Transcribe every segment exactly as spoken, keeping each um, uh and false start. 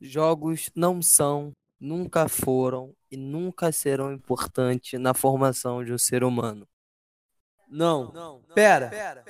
Jogos não são, nunca foram e nunca serão importantes na formação de um ser humano. Não, pera.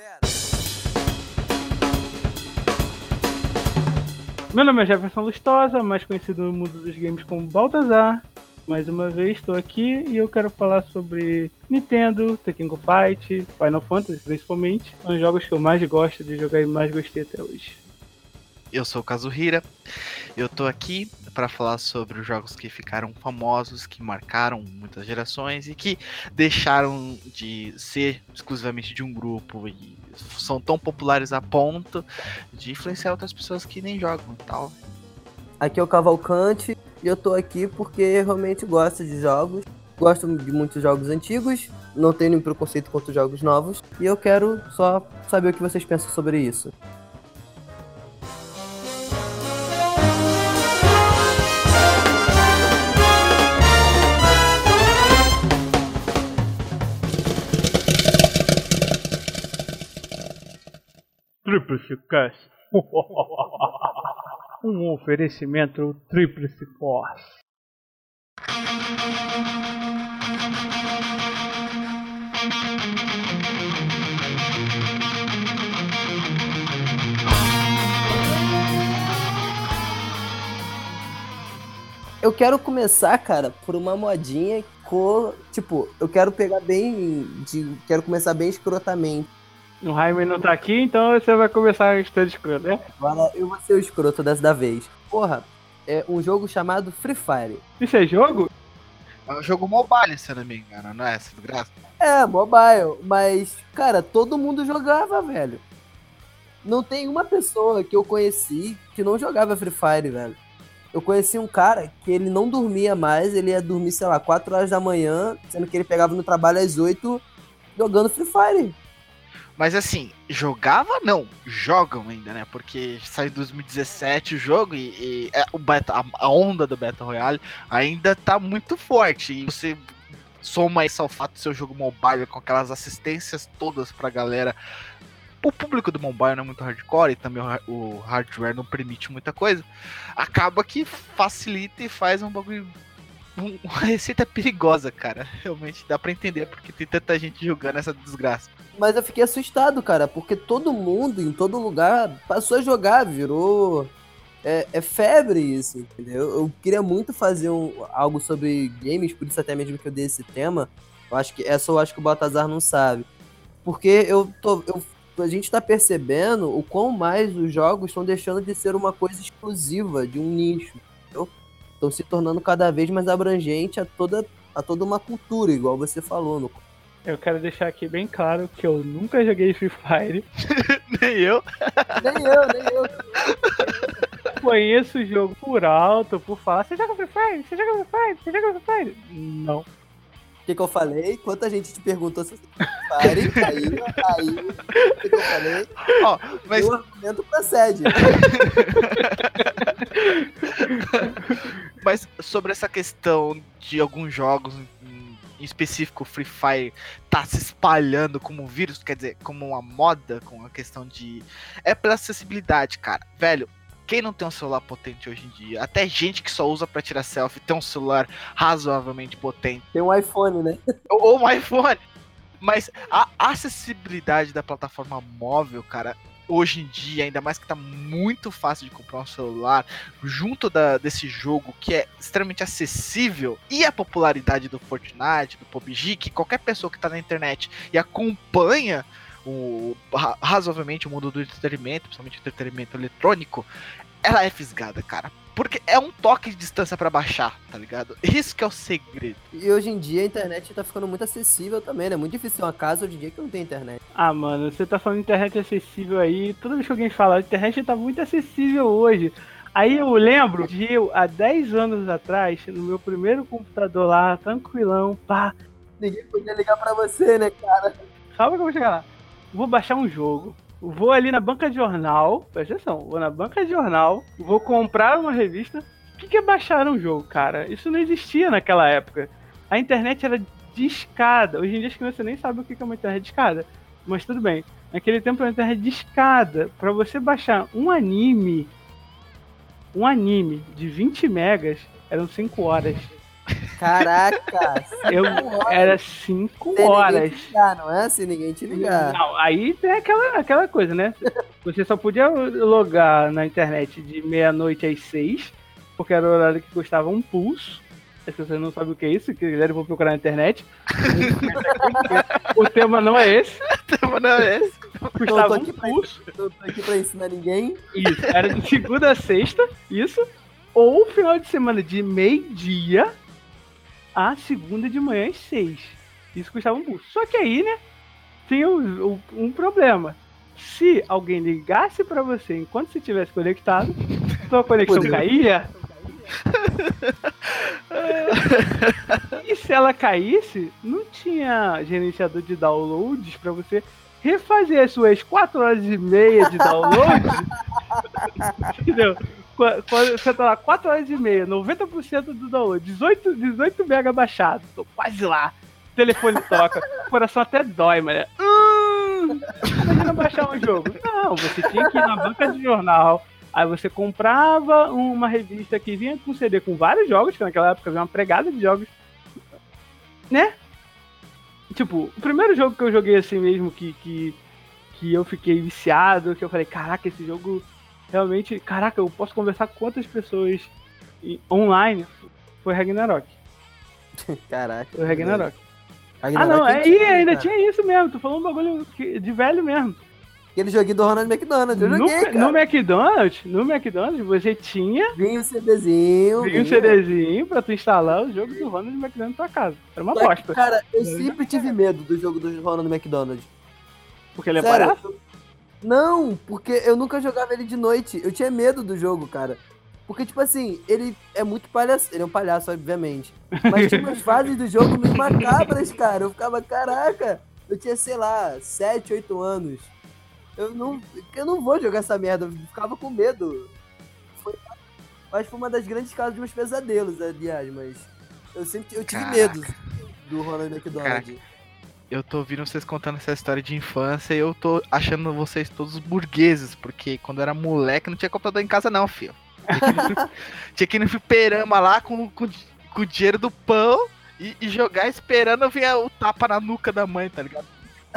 Meu nome é Jefferson Lustosa, mais conhecido no mundo dos games como Baltazar. Mais uma vez estou aqui e eu quero falar sobre Nintendo, Tekken Fight, Final Fantasy principalmente. São os jogos que eu mais gosto de jogar e mais gostei até hoje. Eu sou o Kazuhira, eu tô aqui para falar sobre os jogos que ficaram famosos, que marcaram muitas gerações e que deixaram de ser exclusivamente de um grupo e são tão populares a ponto de influenciar outras pessoas que nem jogam e tal. Aqui é o Cavalcante e eu tô aqui porque realmente gosto de jogos, gosto de muitos jogos antigos, não tenho nenhum preconceito contra os jogos novos e eu quero só saber o que vocês pensam sobre isso. Tríplice Cast. Um oferecimento Tríplice Force. Eu quero começar, cara, por uma modinha com, tipo, eu quero pegar bem, de, quero começar bem escrotamente. O Jaime não tá aqui, então você vai começar estando escroto, né? Agora eu vou ser o escroto dessa da vez. Porra, é um jogo chamado Free Fire. Isso é jogo? É um jogo mobile, se eu não me engano, não é essa desgraça? É, mobile, mas, cara, todo mundo jogava, velho. Não tem uma pessoa que eu conheci que não jogava Free Fire, velho. Eu conheci um cara que ele não dormia mais, ele ia dormir, sei lá, quatro horas da manhã, sendo que ele pegava no trabalho às oito, jogando Free Fire. Mas assim, jogava não, jogam ainda, né? Porque saiu em dois mil e dezessete o jogo e, e é, o beta, a, a onda do Battle Royale ainda tá muito forte. E você soma isso ao fato de ser um jogo mobile com aquelas assistências todas pra galera. O público do mobile não é muito hardcore e também o, o hardware não permite muita coisa. Acaba que facilita e faz um bagulho. Uma receita perigosa, cara. Realmente dá pra entender porque tem tanta gente jogando essa desgraça. Mas eu fiquei assustado, cara, porque todo mundo, em todo lugar, passou a jogar, virou... É, é febre isso, entendeu? Eu queria muito fazer um, algo sobre games, por isso até mesmo que eu dei esse tema. Eu acho que essa eu acho que o Baltazar não sabe. Porque eu tô... Eu, a gente tá percebendo o quão mais os jogos estão deixando de ser uma coisa exclusiva, de um nicho, entendeu? Estão se tornando cada vez mais abrangente a toda, a toda uma cultura, igual você falou. No... Eu quero deixar aqui bem claro que eu nunca joguei Free Fire. Nem eu. Nem eu, nem eu. Conheço o jogo por alto, por falar. Você joga Free Fire? Você joga Free Fire? Você joga Free Fire? Não. O que, que eu falei? Quanta gente te perguntou se você Free Fire? Aí, aí. O que, que eu falei? Ó, mas... O argumento procede. Mas sobre essa questão de alguns jogos, em específico Free Fire, tá se espalhando como um vírus, quer dizer, como uma moda, com a questão de... É pela acessibilidade, cara. Velho, quem não tem um celular potente hoje em dia? Até gente que só usa pra tirar selfie tem um celular razoavelmente potente. Tem um iPhone, né? Ou, ou um iPhone. Mas a acessibilidade da plataforma móvel, cara... Hoje em dia, ainda mais que tá muito fácil de comprar um celular, junto da, desse jogo que é extremamente acessível, e a popularidade do Fortnite, do P U B G, que qualquer pessoa que tá na internet e acompanha o, razoavelmente o mundo do entretenimento, principalmente o entretenimento eletrônico, ela é fisgada, cara. Porque é um toque de distância pra baixar, tá ligado? Isso que é o segredo. E hoje em dia a internet tá ficando muito acessível também, né? Muito difícil ter uma casa hoje em dia que não tem internet. Ah, mano, você tá falando de internet acessível aí. Toda vez que alguém fala, a internet tá muito acessível hoje. Aí eu lembro de eu, há dez anos atrás, no meu primeiro computador lá, tranquilão, pá. Ninguém podia ligar pra você, né, cara? Calma que eu vou chegar lá. Vou baixar um jogo. Vou ali na banca de jornal, presta atenção, vou na banca de jornal, vou comprar uma revista. O que, que é baixar um jogo, cara? Isso não existia naquela época. A internet era discada. Hoje em dia as crianças nem sabem o que é uma internet discada. Mas tudo bem. Naquele tempo era uma internet discada. Pra você baixar um anime, um anime de vinte megas eram cinco horas. Caraca! Eu, era cinco horas. Te ligar, não é? Se ninguém te ligar. Não, aí tem aquela, aquela coisa, né? Você só podia logar na internet de meia-noite às seis, porque era o horário que custava um pulso. Se você não sabe o que é isso, se quiser eu vou procurar na internet. O tema não é esse. O tema não é esse. Custava um pulso. Não tô aqui pra ensinar ninguém. Isso, era de segunda a sexta, isso. Ou final de semana de meio-dia a segunda de manhã às seis. Isso custava um pulso. Só que aí, né, tinha um, um problema. Se alguém ligasse pra você enquanto você estivesse conectado, sua conexão Poder. caía. E se ela caísse, não tinha gerenciador de downloads pra você refazer as suas quatro horas e meia de download. Entendeu? Quando você tá lá quatro horas e meia, noventa por cento do download, dezoito, dezoito mega baixado, tô quase lá. O telefone toca, o coração até dói, mano. Hum, imagina baixar um jogo. Não, você tinha que ir na banca de jornal. Aí você comprava uma revista que vinha com C D com vários jogos, que naquela época havia uma pregada de jogos, né? Tipo, o primeiro jogo que eu joguei assim mesmo, que, que, que eu fiquei viciado, que eu falei, caraca, esse jogo realmente, caraca, eu posso conversar com quantas pessoas online, foi Ragnarok. Caraca. Foi Ragnarok. Ragnarok ah, não, é e ainda tinha isso mesmo, tu falou um bagulho de velho mesmo. Aquele joguinho do Ronald McDonald, eu no, joguei, cara. No McDonald's, no McDonald's, você tinha... Vinha o CDzinho. Vinha o CDzinho pra tu instalar o jogo do Ronald McDonald na tua casa. Era uma bosta. Cara, eu sempre tive medo do jogo do Ronald McDonald. Porque ele é Sério, palhaço? eu... Não, porque eu nunca jogava ele de noite. Eu tinha medo do jogo, cara. Porque, tipo assim, ele é muito palhaço. Ele é um palhaço, obviamente. Mas tinha umas fases do jogo meio macabras, cara. Eu ficava, caraca. Eu tinha, sei lá, sete, oito anos. Eu não, eu não vou jogar essa merda, eu ficava com medo. Foi, mas foi uma das grandes causas de meus pesadelos, aliás, mas eu sempre eu tive Caraca. medo do Ronald McDonald. Caraca. Eu tô ouvindo vocês contando essa história de infância e eu tô achando vocês todos burgueses, porque quando eu era moleque não tinha computador em casa não, filho. Tinha que ir no fliperama lá com, com, com o dinheiro do pão e, e jogar esperando vir o tapa na nuca da mãe, tá ligado?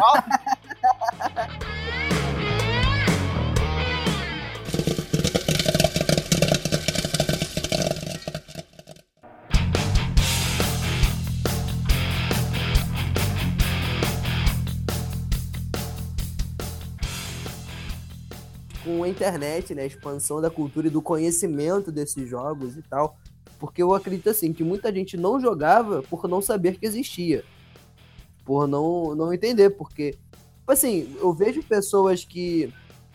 Com a internet, né, a expansão da cultura e do conhecimento desses jogos e tal, porque eu acredito assim, que muita gente não jogava por não saber que existia, por não, não entender, porque, tipo assim, eu vejo pessoas que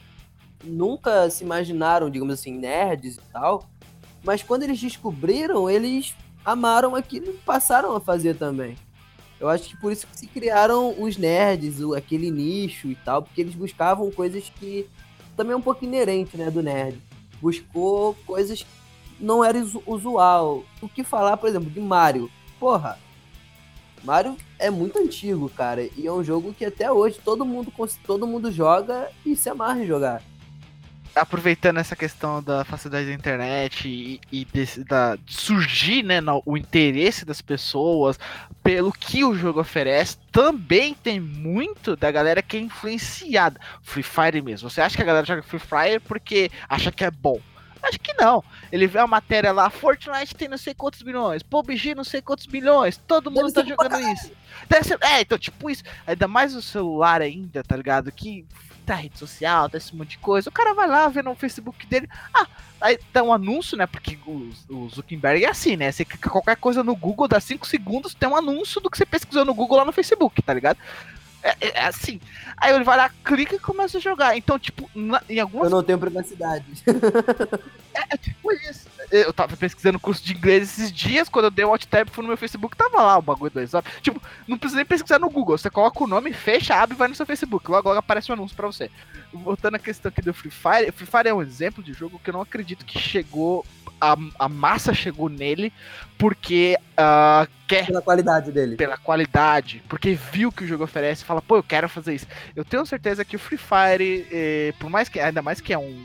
nunca se imaginaram, digamos assim, nerds e tal, mas quando eles descobriram, eles amaram aquilo e passaram a fazer também. Eu acho que por isso que se criaram os nerds, aquele nicho e tal, porque eles buscavam coisas que também é um pouco inerente, né, do nerd. Buscou coisas que não era usual. O que falar, por exemplo, de Mario. Porra, Mario é muito antigo, cara, e é um jogo que até hoje todo mundo, todo mundo joga e se amarra em jogar. Aproveitando essa questão da facilidade da internet e, e desse, da, de surgir, né, no, o interesse das pessoas pelo que o jogo oferece, também tem muito da galera que é influenciada. Free Fire mesmo. Você acha que a galera joga Free Fire porque acha que é bom? Acho que não. Ele vê a matéria lá, Fortnite tem não sei quantos bilhões, P U B G não sei quantos bilhões, todo mundo tá jogando isso. Deve ser, é, então, tipo isso, ainda mais o celular ainda, tá ligado? Que tá rede social, tá esse monte de coisa. O cara vai lá, vê no Facebook dele, ah, aí dá um anúncio, né? Porque o, o Zuckerberg é assim, né? Você clica qualquer coisa no Google, dá cinco segundos, tem um anúncio do que você pesquisou no Google lá no Facebook, tá ligado? É, é, é assim. Aí ele vai lá, clica e começa a jogar. Então, tipo, na, em algumas... Eu não tenho privacidade. É, é tipo isso. Eu tava pesquisando curso de inglês esses dias, quando eu dei um alt tab fui no meu Facebook, tava lá o bagulho do exame. Tipo, não precisa nem pesquisar no Google. Você coloca o nome, fecha, abre e vai no seu Facebook. Logo, logo aparece um anúncio pra você. Voltando à questão aqui do Free Fire, o Free Fire é um exemplo de jogo que eu não acredito que chegou... A, a massa chegou nele porque uh, quer... Pela qualidade dele. Pela qualidade. Porque viu que o jogo oferece e fala, pô, eu quero fazer isso. Eu tenho certeza que o Free Fire, eh, por mais que... Ainda mais que é um,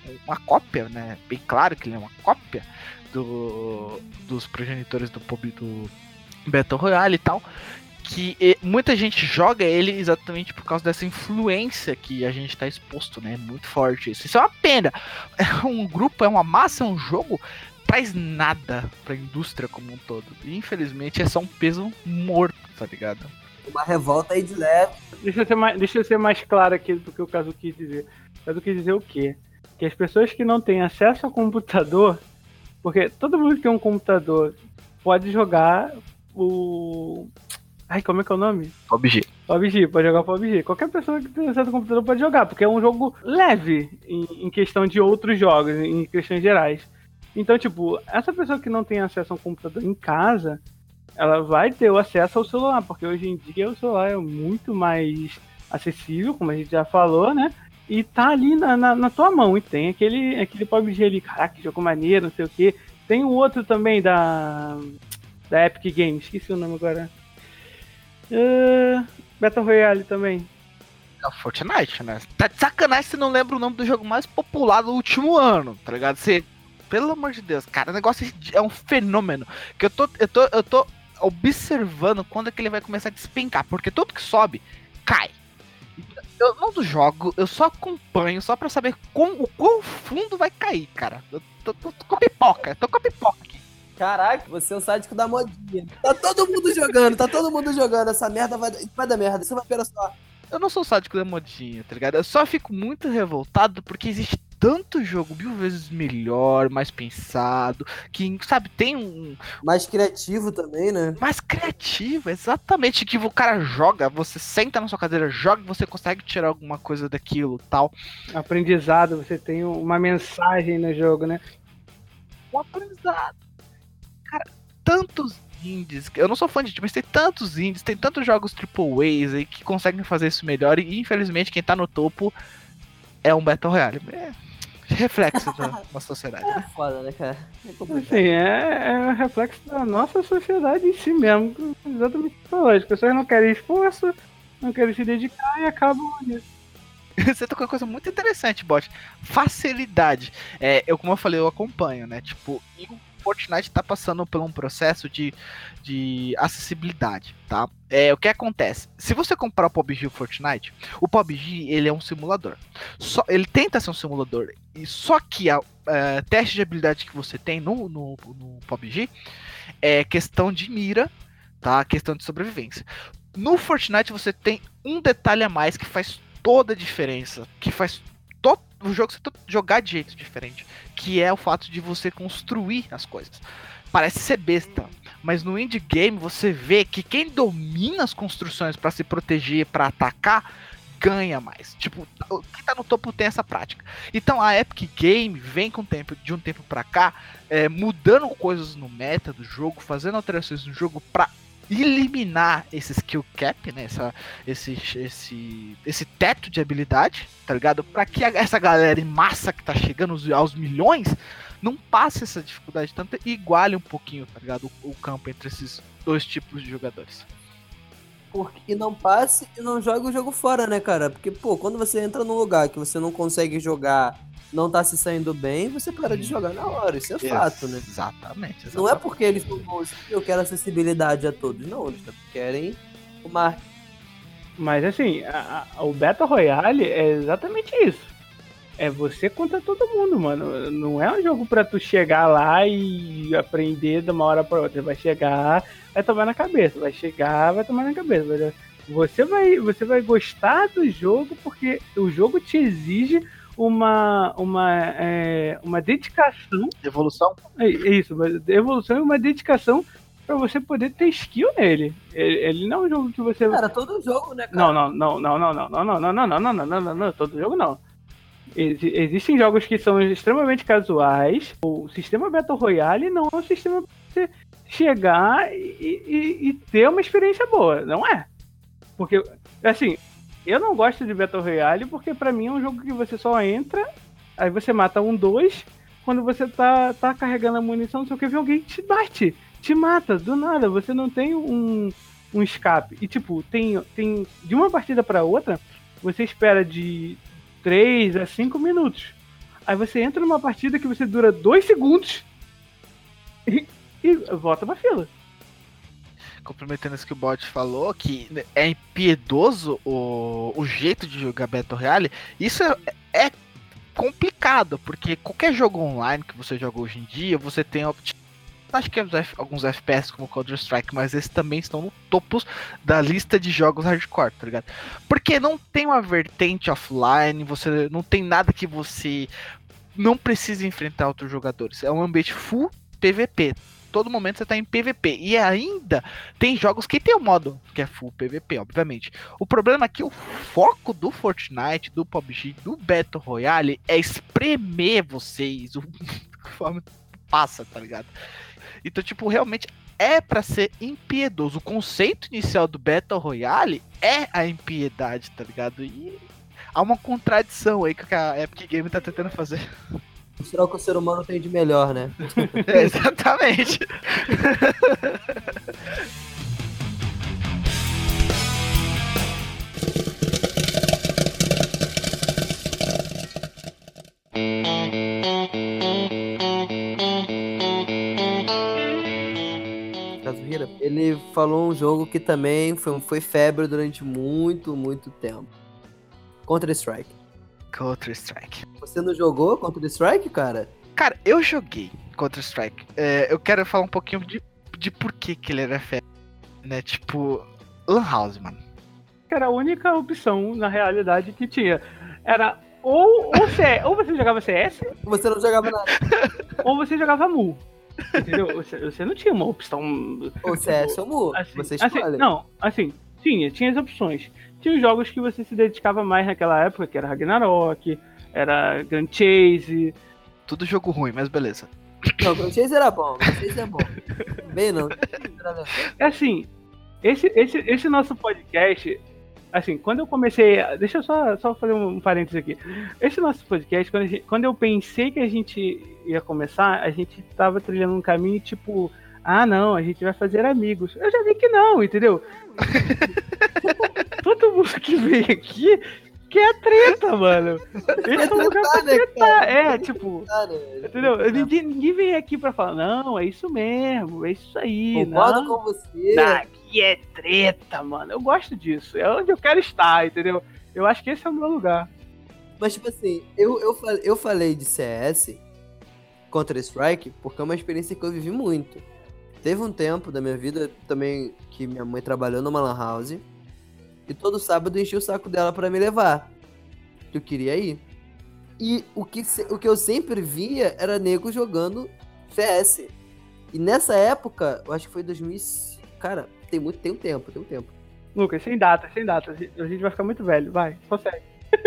uma cópia, né? Bem claro que ele é uma cópia do, dos progenitores do, do Battle Royale e tal. Que e, muita gente joga ele exatamente por causa dessa influência que a gente tá exposto, né? Muito forte isso. Isso é uma pena. É um grupo, é uma massa, é um jogo, traz nada pra indústria como um todo. E infelizmente é só um peso morto, tá ligado? Uma revolta aí de leve. Deixa eu ser mais, deixa eu ser mais claro aqui do que o Caso quis dizer. O Caso quis dizer o quê? Que as pessoas que não têm acesso ao computador, porque todo mundo que tem um computador pode jogar o... Ai, como é que é o nome? P U B G. P U B G, pode jogar P U B G. Qualquer pessoa que tem acesso ao computador pode jogar, porque é um jogo leve em, em questão de outros jogos, em questões gerais. Então, tipo, essa pessoa que não tem acesso a um computador em casa, ela vai ter o acesso ao celular, porque hoje em dia o celular é muito mais acessível, como a gente já falou, né? E tá ali na, na, na tua mão, e tem aquele, aquele P U B G ali, caraca, que jogo maneiro, não sei o quê. Tem o outro também da, da Epic Games, esqueci o nome agora. Uh, Battle Royale também. É o Fortnite, né? Tá de sacanagem se não lembra o nome do jogo mais popular do último ano, tá ligado? Você, pelo amor de Deus, cara, o negócio é um fenômeno. Que eu tô, eu tô, eu tô observando quando é que ele vai começar a despencar, porque tudo que sobe, cai. Eu não jogo, eu só acompanho, só pra saber com, o quão fundo vai cair, cara. Eu tô, tô, tô com a pipoca, eu tô com a pipoca aqui. Caraca, você é o sádico da modinha. Tá todo mundo jogando, tá todo mundo jogando. Essa merda vai, vai dar merda. Você vai ver só. Eu não sou sádico da modinha, tá ligado? Eu só fico muito revoltado porque existe tanto jogo mil vezes melhor, mais pensado, que, sabe, tem um... Mais criativo também, né? Mais criativo, exatamente, que o cara joga, você senta na sua cadeira, joga e você consegue tirar alguma coisa daquilo, tal. Aprendizado, você tem uma mensagem no jogo, né? Um aprendizado. Cara, tantos indies, eu não sou fã de indie, mas tem tantos indies, tem tantos jogos triple A's aí que conseguem fazer isso melhor e infelizmente quem tá no topo é um Battle Royale. É reflexo da nossa sociedade. É foda, né, cara? É complicado. Assim, é, é reflexo da nossa sociedade em si mesmo. Exatamente o que você falou. As pessoas não querem esforço, não querem se dedicar e acabam nisso. Você tocou uma coisa muito interessante, Bot. Facilidade. É, eu, como eu falei, eu acompanho, né? Tipo, e o Fortnite tá passando por um processo de, de acessibilidade, tá? É, o que acontece? Se você comprar o P U B G e o Fortnite, o P U B G, ele é um simulador. Só, ele tenta ser um simulador, e só que a é, teste de habilidade que você tem no, no, no P U B G é questão de mira, tá? Questão de sobrevivência. No Fortnite você tem um detalhe a mais que faz toda a diferença, que faz todo o jogo você jogar de jeito diferente, que é o fato de você construir as coisas. Parece ser besta, mas no indie game você vê que quem domina as construções para se proteger, para atacar, ganha mais. Tipo, quem tá no topo tem essa prática. Então a Epic Game vem com tempo, de um tempo para cá, é, mudando coisas no meta do jogo, fazendo alterações no jogo para eliminar esse skill cap, né, essa, esse, esse, esse teto de habilidade, tá ligado? Pra que a, essa galera em massa que tá chegando aos, aos milhões não passe essa dificuldade tanto e iguale um pouquinho, tá ligado? O, o campo entre esses dois tipos de jogadores. Porque, e não passe e não joga o jogo fora, né, cara? Porque, pô, quando você entra num lugar que você não consegue jogar, não tá se saindo bem, você para de jogar na hora, isso é fato, né? Exatamente, exatamente. Não é porque eles são bons, eu quero acessibilidade a todos, não, eles querem o marketing. Mas assim, a, a, o Battle Royale é exatamente isso. É você contra todo mundo, mano. Não é um jogo pra tu chegar lá e aprender de uma hora pra outra. Vai chegar, vai tomar na cabeça. Vai chegar, vai tomar na cabeça. Você vai, você vai gostar do jogo porque o jogo te exige uma, uma, é, uma dedicação. Evolução? É, é isso, uma evolução e uma dedicação pra você poder ter skill nele. Ele, ele não é um jogo que você... Cara, todo jogo, né, cara? Não, não, não, não, não, não, não, não, não, não, não, não, não, não, não, não, todo jogo não. Ex- existem jogos que são extremamente casuais. O sistema Battle Royale não é um sistema pra você chegar e, e, e ter uma experiência boa, não é? Porque, assim, eu não gosto de Battle Royale porque pra mim é um jogo que você só entra, aí você mata um, dois, quando você tá, tá carregando a munição, não sei o que, vem alguém te bate, te mata, do nada, você não tem um, um escape. E tipo, tem, tem de uma partida pra outra, você espera de três a cinco minutos. Aí você entra numa partida que você dura dois segundos e, e volta pra fila. Complementando isso que o Bot falou, que é impiedoso o, o jeito de jogar Battle Royale, isso é, é complicado, porque qualquer jogo online que você joga hoje em dia, você tem acho que alguns F P S como Counter-Strike, mas esses também estão no topo da lista de jogos hardcore, tá ligado? Porque não tem uma vertente offline, você não tem nada que você não precisa enfrentar outros jogadores. É um ambiente full P V P. Todo momento você tá em P V P. E ainda tem jogos que tem o um modo que é full P V P, obviamente. O problema é que o foco do Fortnite, do P U B G, do Battle Royale é espremer vocês o conforme passa, tá ligado? Então, tipo, realmente é pra ser impiedoso. O conceito inicial do Battle Royale é a impiedade, tá ligado? E há uma contradição aí que a Epic Games tá tentando fazer. Mostrar o que o ser humano tem de melhor, né? É, exatamente. Ele falou um jogo que também foi, foi febre durante muito, muito tempo. Counter-Strike. Counter-Strike. Você não jogou Counter-Strike, cara? Cara, eu joguei Counter-Strike. É, eu quero falar um pouquinho de, de por que, que ele era febre, né? Tipo, Lan House, mano. Era a única opção, na realidade, que tinha. Era ou, ou, C, ou você jogava C S... Você não jogava nada. Ou você jogava Mu. Entendeu? Você, você não tinha uma opção... Ou C S ou Mu. Assim, você escolhe. Assim, não, assim, tinha, tinha as opções. Tinha os jogos que você se dedicava mais naquela época, que era Ragnarok, era Grand Chase... Tudo jogo ruim, mas beleza. Não, Grand Chase era bom, Grand Chase é bom. Bem não. É assim, esse, esse, esse nosso podcast... Assim, quando eu comecei... Deixa eu só, só fazer um parênteses aqui. Esse nosso podcast, quando, gente, quando eu pensei que a gente ia começar, a gente tava trilhando um caminho tipo... Ah, não, a gente vai fazer amigos. Eu já vi que não, entendeu? Todo mundo que veio aqui quer treta, mano. Esse é um lugar pra tretar. É, tipo... Entendeu? Ninguém, ninguém vem aqui pra falar, não, é isso mesmo, é isso aí. Concordo não. com você. Não, aqui é treta, mano. Eu gosto disso. É onde eu quero estar, entendeu? Eu acho que esse é o meu lugar. Mas, tipo assim, eu, eu, eu falei de C S, Counter-Strike, porque é uma experiência que eu vivi muito. Teve um tempo da minha vida também que minha mãe trabalhou numa lan house e todo sábado eu enchi o saco dela pra me levar. Eu queria ir. E o que, o que eu sempre via era nego jogando C S. E nessa época, eu acho que foi dois mil... Cara, tem muito tem um tempo, tem um tempo. Lucas, sem data, sem data. A gente vai ficar muito velho, vai, consegue.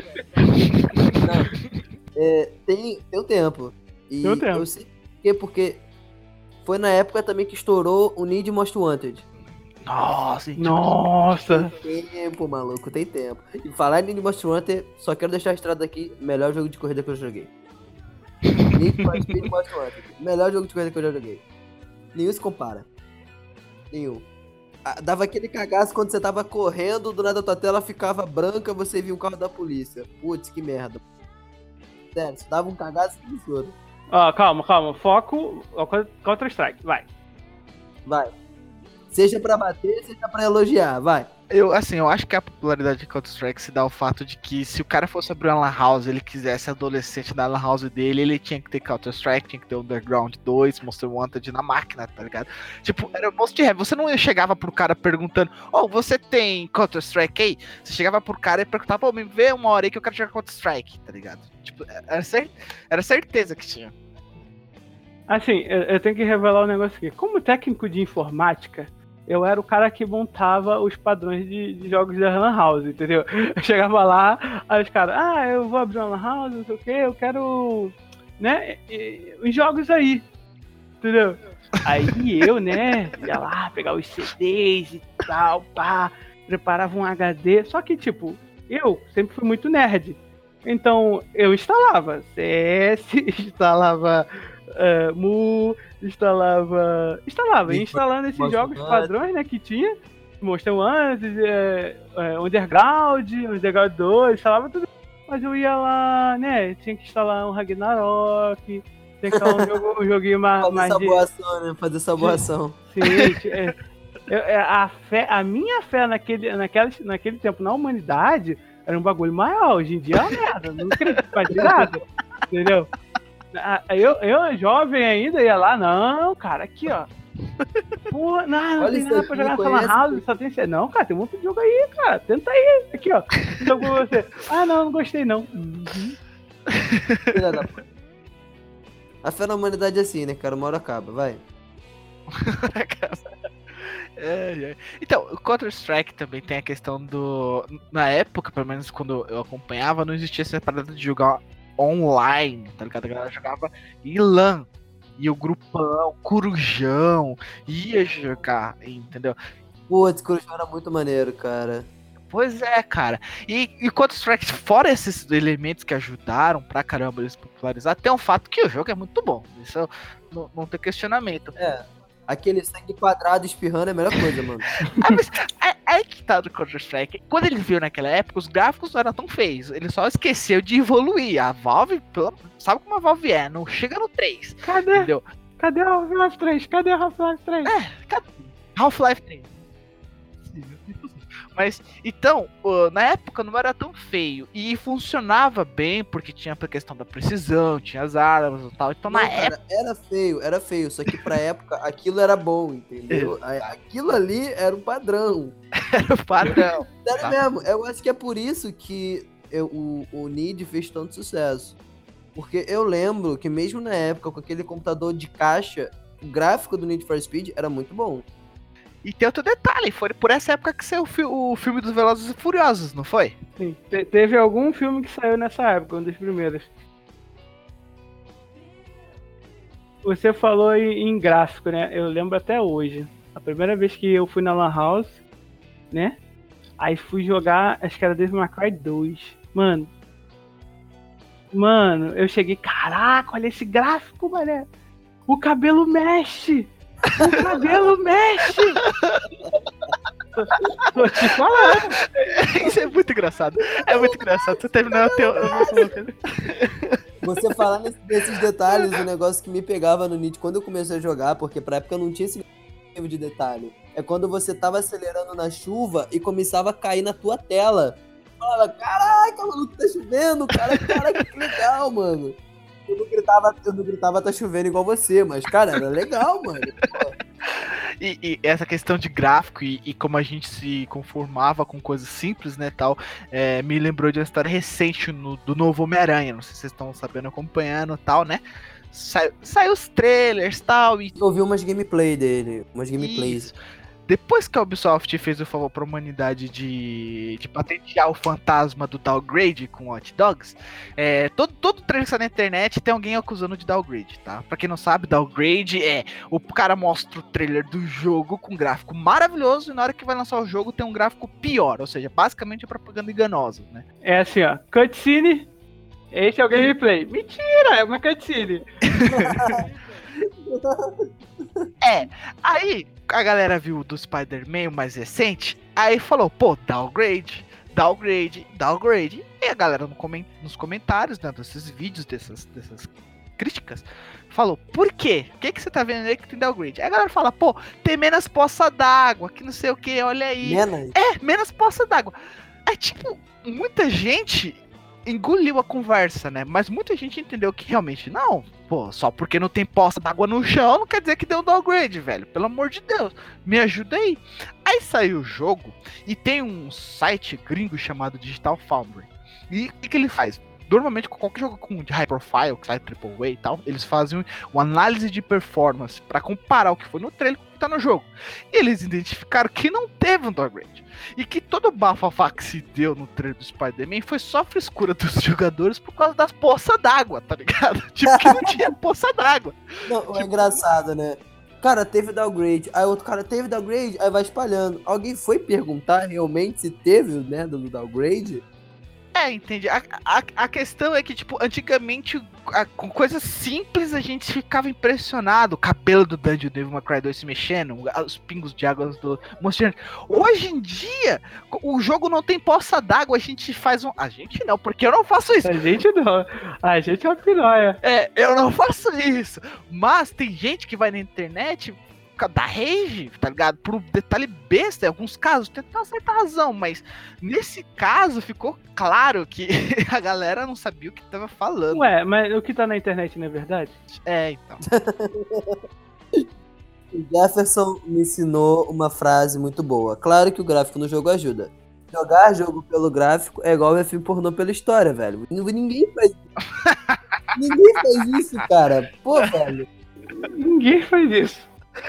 Não, é, tem, tem um tempo. E tem um tempo. Eu sei porque, porque foi na época também que estourou o Need Most Wanted. Nossa, Nossa! Tem tempo, maluco, tem tempo. E falar em Need Most Wanted, só quero deixar registrado aqui, melhor jogo de corrida que eu joguei. Need Most Wanted, melhor jogo de corrida que eu já joguei. Nenhum se compara. Nenhum. Ah, dava aquele cagaço quando você tava correndo, do nada a tua tela ficava branca, você via um carro da polícia. Putz, que merda. Sério, você dava um cagaço absurdo. Ó, calma, calma. Foco, Counter-Strike, vai. Vai. Seja pra bater, seja pra elogiar, vai. Eu, assim, eu acho que a popularidade de Counter-Strike se dá ao fato de que se o cara fosse abrir uma lan house, ele quisesse adolescente na lan house dele, ele tinha que ter Counter-Strike, tinha que ter Underground dois, Monster Wanted na máquina, tá ligado? Tipo, era Most Heavy. Você não chegava pro cara perguntando, oh, você tem Counter-Strike aí? Você chegava pro cara e perguntava, pô, me vê uma hora aí que eu quero jogar Counter-Strike, tá ligado? Tipo, era, cer- era certeza que tinha. Assim, eu, eu tenho que revelar um negócio aqui. Como técnico de informática, eu era o cara que montava os padrões de, de jogos da Lan House, entendeu? Eu chegava lá, aí os caras, ah, eu vou abrir uma Lan House, não sei o que, eu quero, né, e, os jogos aí, entendeu? Aí eu, né, ia lá pegar os C Ds e tal, pá, preparava um H D, só que, tipo, eu sempre fui muito nerd, então eu instalava C S, instalava uh, Mu, instalava, instalava, ia instalando esses Monster jogos Hunter. Padrões, né, que tinha, Monster Wanted, é, é, Underground, Underground dois, instalava tudo Mas eu ia lá, né? Tinha que instalar um Ragnarok, tinha que instalar um, jogo, um joguinho mais. Fazer mais saboação, de... né? Fazer saboação. Sim, é, é, a, fé, a minha fé naquele, naquela, naquele tempo na humanidade era um bagulho maior. Hoje em dia é uma merda, não acredito mais de nada. Entendeu? Eu, eu, jovem ainda, ia lá, não, cara, aqui, ó. Porra, não, não Olha tem isso nada aqui, pra jogar nessa conhece? lan house, só tem... Não, cara, tem um monte de jogo aí, cara, tenta aí, aqui, ó. Jogo com você. Ah, não, não gostei, não. Uhum. Filha da puta. A fé na humanidade é assim, né, cara? Uma hora acaba, vai. É, é. Então, o Counter-Strike também tem a questão do... Na época, pelo menos quando eu acompanhava, não existia essa parada de jogar online, tá ligado? A galera jogava em LAN. E o grupão, corujão, ia jogar, entendeu? Putz, Corujão era muito maneiro, cara. Pois é, cara. E, e Counter-Strike, fora esses elementos que ajudaram pra caramba eles popularizar, tem um fato que o jogo é muito bom. Isso não, não tem questionamento. É, aquele sangue quadrado espirrando é a melhor coisa, mano. Ah, mas é, é que tá do Counter-Strike. Quando ele veio naquela época, os gráficos não eram tão feios. Ele só esqueceu de evoluir. A Valve, sabe como a Valve é? Não chega no três. Cadê? Entendeu? Cadê o Half-Life três? Cadê o Half-Life três? É, cadê? Half-Life três. Mas, então, uh, na época não era tão feio. E funcionava bem, porque tinha a questão da precisão, tinha as armas e tal. Então, Não, na cara, época. era feio, era feio. Só que pra época aquilo era bom, entendeu? A- Aquilo ali era um padrão. Era o padrão. Sério Tá. mesmo, eu acho que é por isso que eu- o, o Need fez tanto sucesso. Porque eu lembro que mesmo na época, com aquele computador de caixa, o gráfico do Need for Speed era muito bom. E tem outro detalhe: foi por essa época que saiu o, fi- o filme dos Velozes e Furiosos, não foi? Sim, te- teve algum filme que saiu nessa época, um dos primeiros. Você falou em, em gráfico, né? Eu lembro até hoje. A primeira vez que eu fui na Lan House, né? Aí fui jogar, acho que era Devil May Cry dois. Mano. Mano, eu cheguei, caraca, olha esse gráfico, mané. O cabelo mexe! O cabelo mexe! tô, tô te falando. Isso é muito engraçado. É muito engraçado. Você terminou o teu. Você falar nesse- nesses detalhes, o negócio que me pegava no Need quando eu comecei a jogar, porque pra época não tinha esse nível de detalhe. É quando você tava acelerando na chuva e começava a cair na tua tela. Falava, caraca, mano, tá chovendo, cara, caraca, que legal, mano. Eu não gritava, eu não gritava tá chovendo igual você, mas, cara, era legal, mano. Pô. E, e essa questão de gráfico e, e como a gente se conformava com coisas simples, né, tal, é, me lembrou de uma história recente no- do novo Homem-Aranha. Não sei se vocês estão sabendo, acompanhando, tal, né? Sai- Saiu os trailers, tal, e Eu vi umas gameplay dele, umas gameplays. isso. Depois que a Ubisoft fez o favor pra humanidade de, de patentear o fantasma do downgrade com Hot Dogs, é, todo, todo trailer que sai na internet tem alguém acusando de downgrade, tá? Pra quem não sabe, downgrade é o cara mostra o trailer do jogo com gráfico maravilhoso e na hora que vai lançar o jogo tem um gráfico pior, ou seja, basicamente é propaganda enganosa, né? É assim, ó. Cutscene. Esse é o gameplay. Mentira, é uma cutscene. É, aí a galera viu do Spider-Man o mais recente, aí falou, pô, downgrade, downgrade, downgrade. E a galera no coment- nos comentários, né, desses vídeos, dessas, dessas críticas, falou, por quê? O que, que você tá vendo aí que tem downgrade? Aí a galera fala, pô, tem menos poça d'água, que não sei o que, olha aí. Menos. É, menos poça d'água. É tipo, muita gente engoliu a conversa, né? Mas muita gente entendeu que realmente não. Pô, só porque não tem poça d'água no chão não quer dizer que deu downgrade, velho. Pelo amor de Deus, me ajuda aí. Aí saiu o jogo e tem um site gringo chamado Digital Foundry. E o que, que ele faz? Normalmente, com qualquer jogo com de high profile, que sai triple A e tal, eles fazem uma análise de performance para comparar o que foi no trailer com o que tá no jogo. E eles identificaram que não teve um downgrade. E que todo o bafafá que se deu no trailer do Spider-Man foi só frescura dos jogadores por causa das poças d'água, tá ligado? Tipo, que não tinha poça d'água. Não, é engraçado, né? Cara, teve downgrade. Aí outro cara teve downgrade, aí vai espalhando. Alguém foi perguntar realmente se teve o merda do downgrade? É, entendi. A, a, a questão é que, tipo, antigamente, a, com coisas simples, a gente ficava impressionado. O cabelo do Dungeon Devil May Cry dois se mexendo, os pingos de água do Monster Hunter. Hoje em dia, o jogo não tem poça d'água, a gente faz um... A gente não, porque eu não faço isso. A gente não. A gente é uma piranha. É, eu não faço isso. Mas tem gente que vai na internet... da rage, tá ligado? Por um detalhe besta, em alguns casos, tem uma certa razão, mas nesse caso ficou claro que a galera não sabia o que tava falando. Ué, mas o que tá na internet não é verdade? É, então. O Jefferson me ensinou uma frase muito boa. Claro que o gráfico no jogo ajuda. Jogar jogo pelo gráfico é igual ver filme pornô pela história, velho. Ninguém faz isso. Ninguém faz isso, cara. Pô, velho. Ninguém faz isso.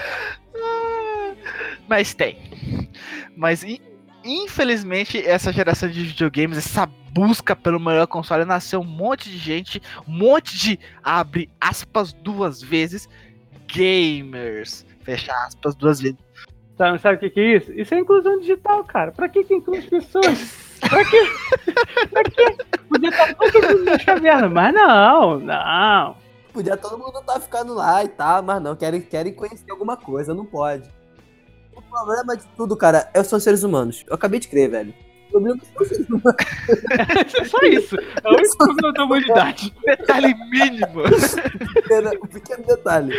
Mas tem. Mas infelizmente essa geração de videogames, essa busca pelo melhor console, nasceu um monte de gente, um monte de, abre aspas duas vezes, gamers, fecha aspas duas vezes. Sabe, sabe o que, que é isso? Isso é inclusão digital, cara. Pra que que inclui as pessoas? Pra quê? Pra quê? Podia estar todo mundo nas cavernas, mas não, não. Podia todo mundo estar ficando lá e tal, mas não, querem, querem conhecer alguma coisa, não pode. O problema de tudo, cara, é são seres humanos. Eu acabei de crer, velho. O problema são seres humanos. É só isso. É o único problema da humanidade. Detalhe mínimo. Um pequeno detalhe.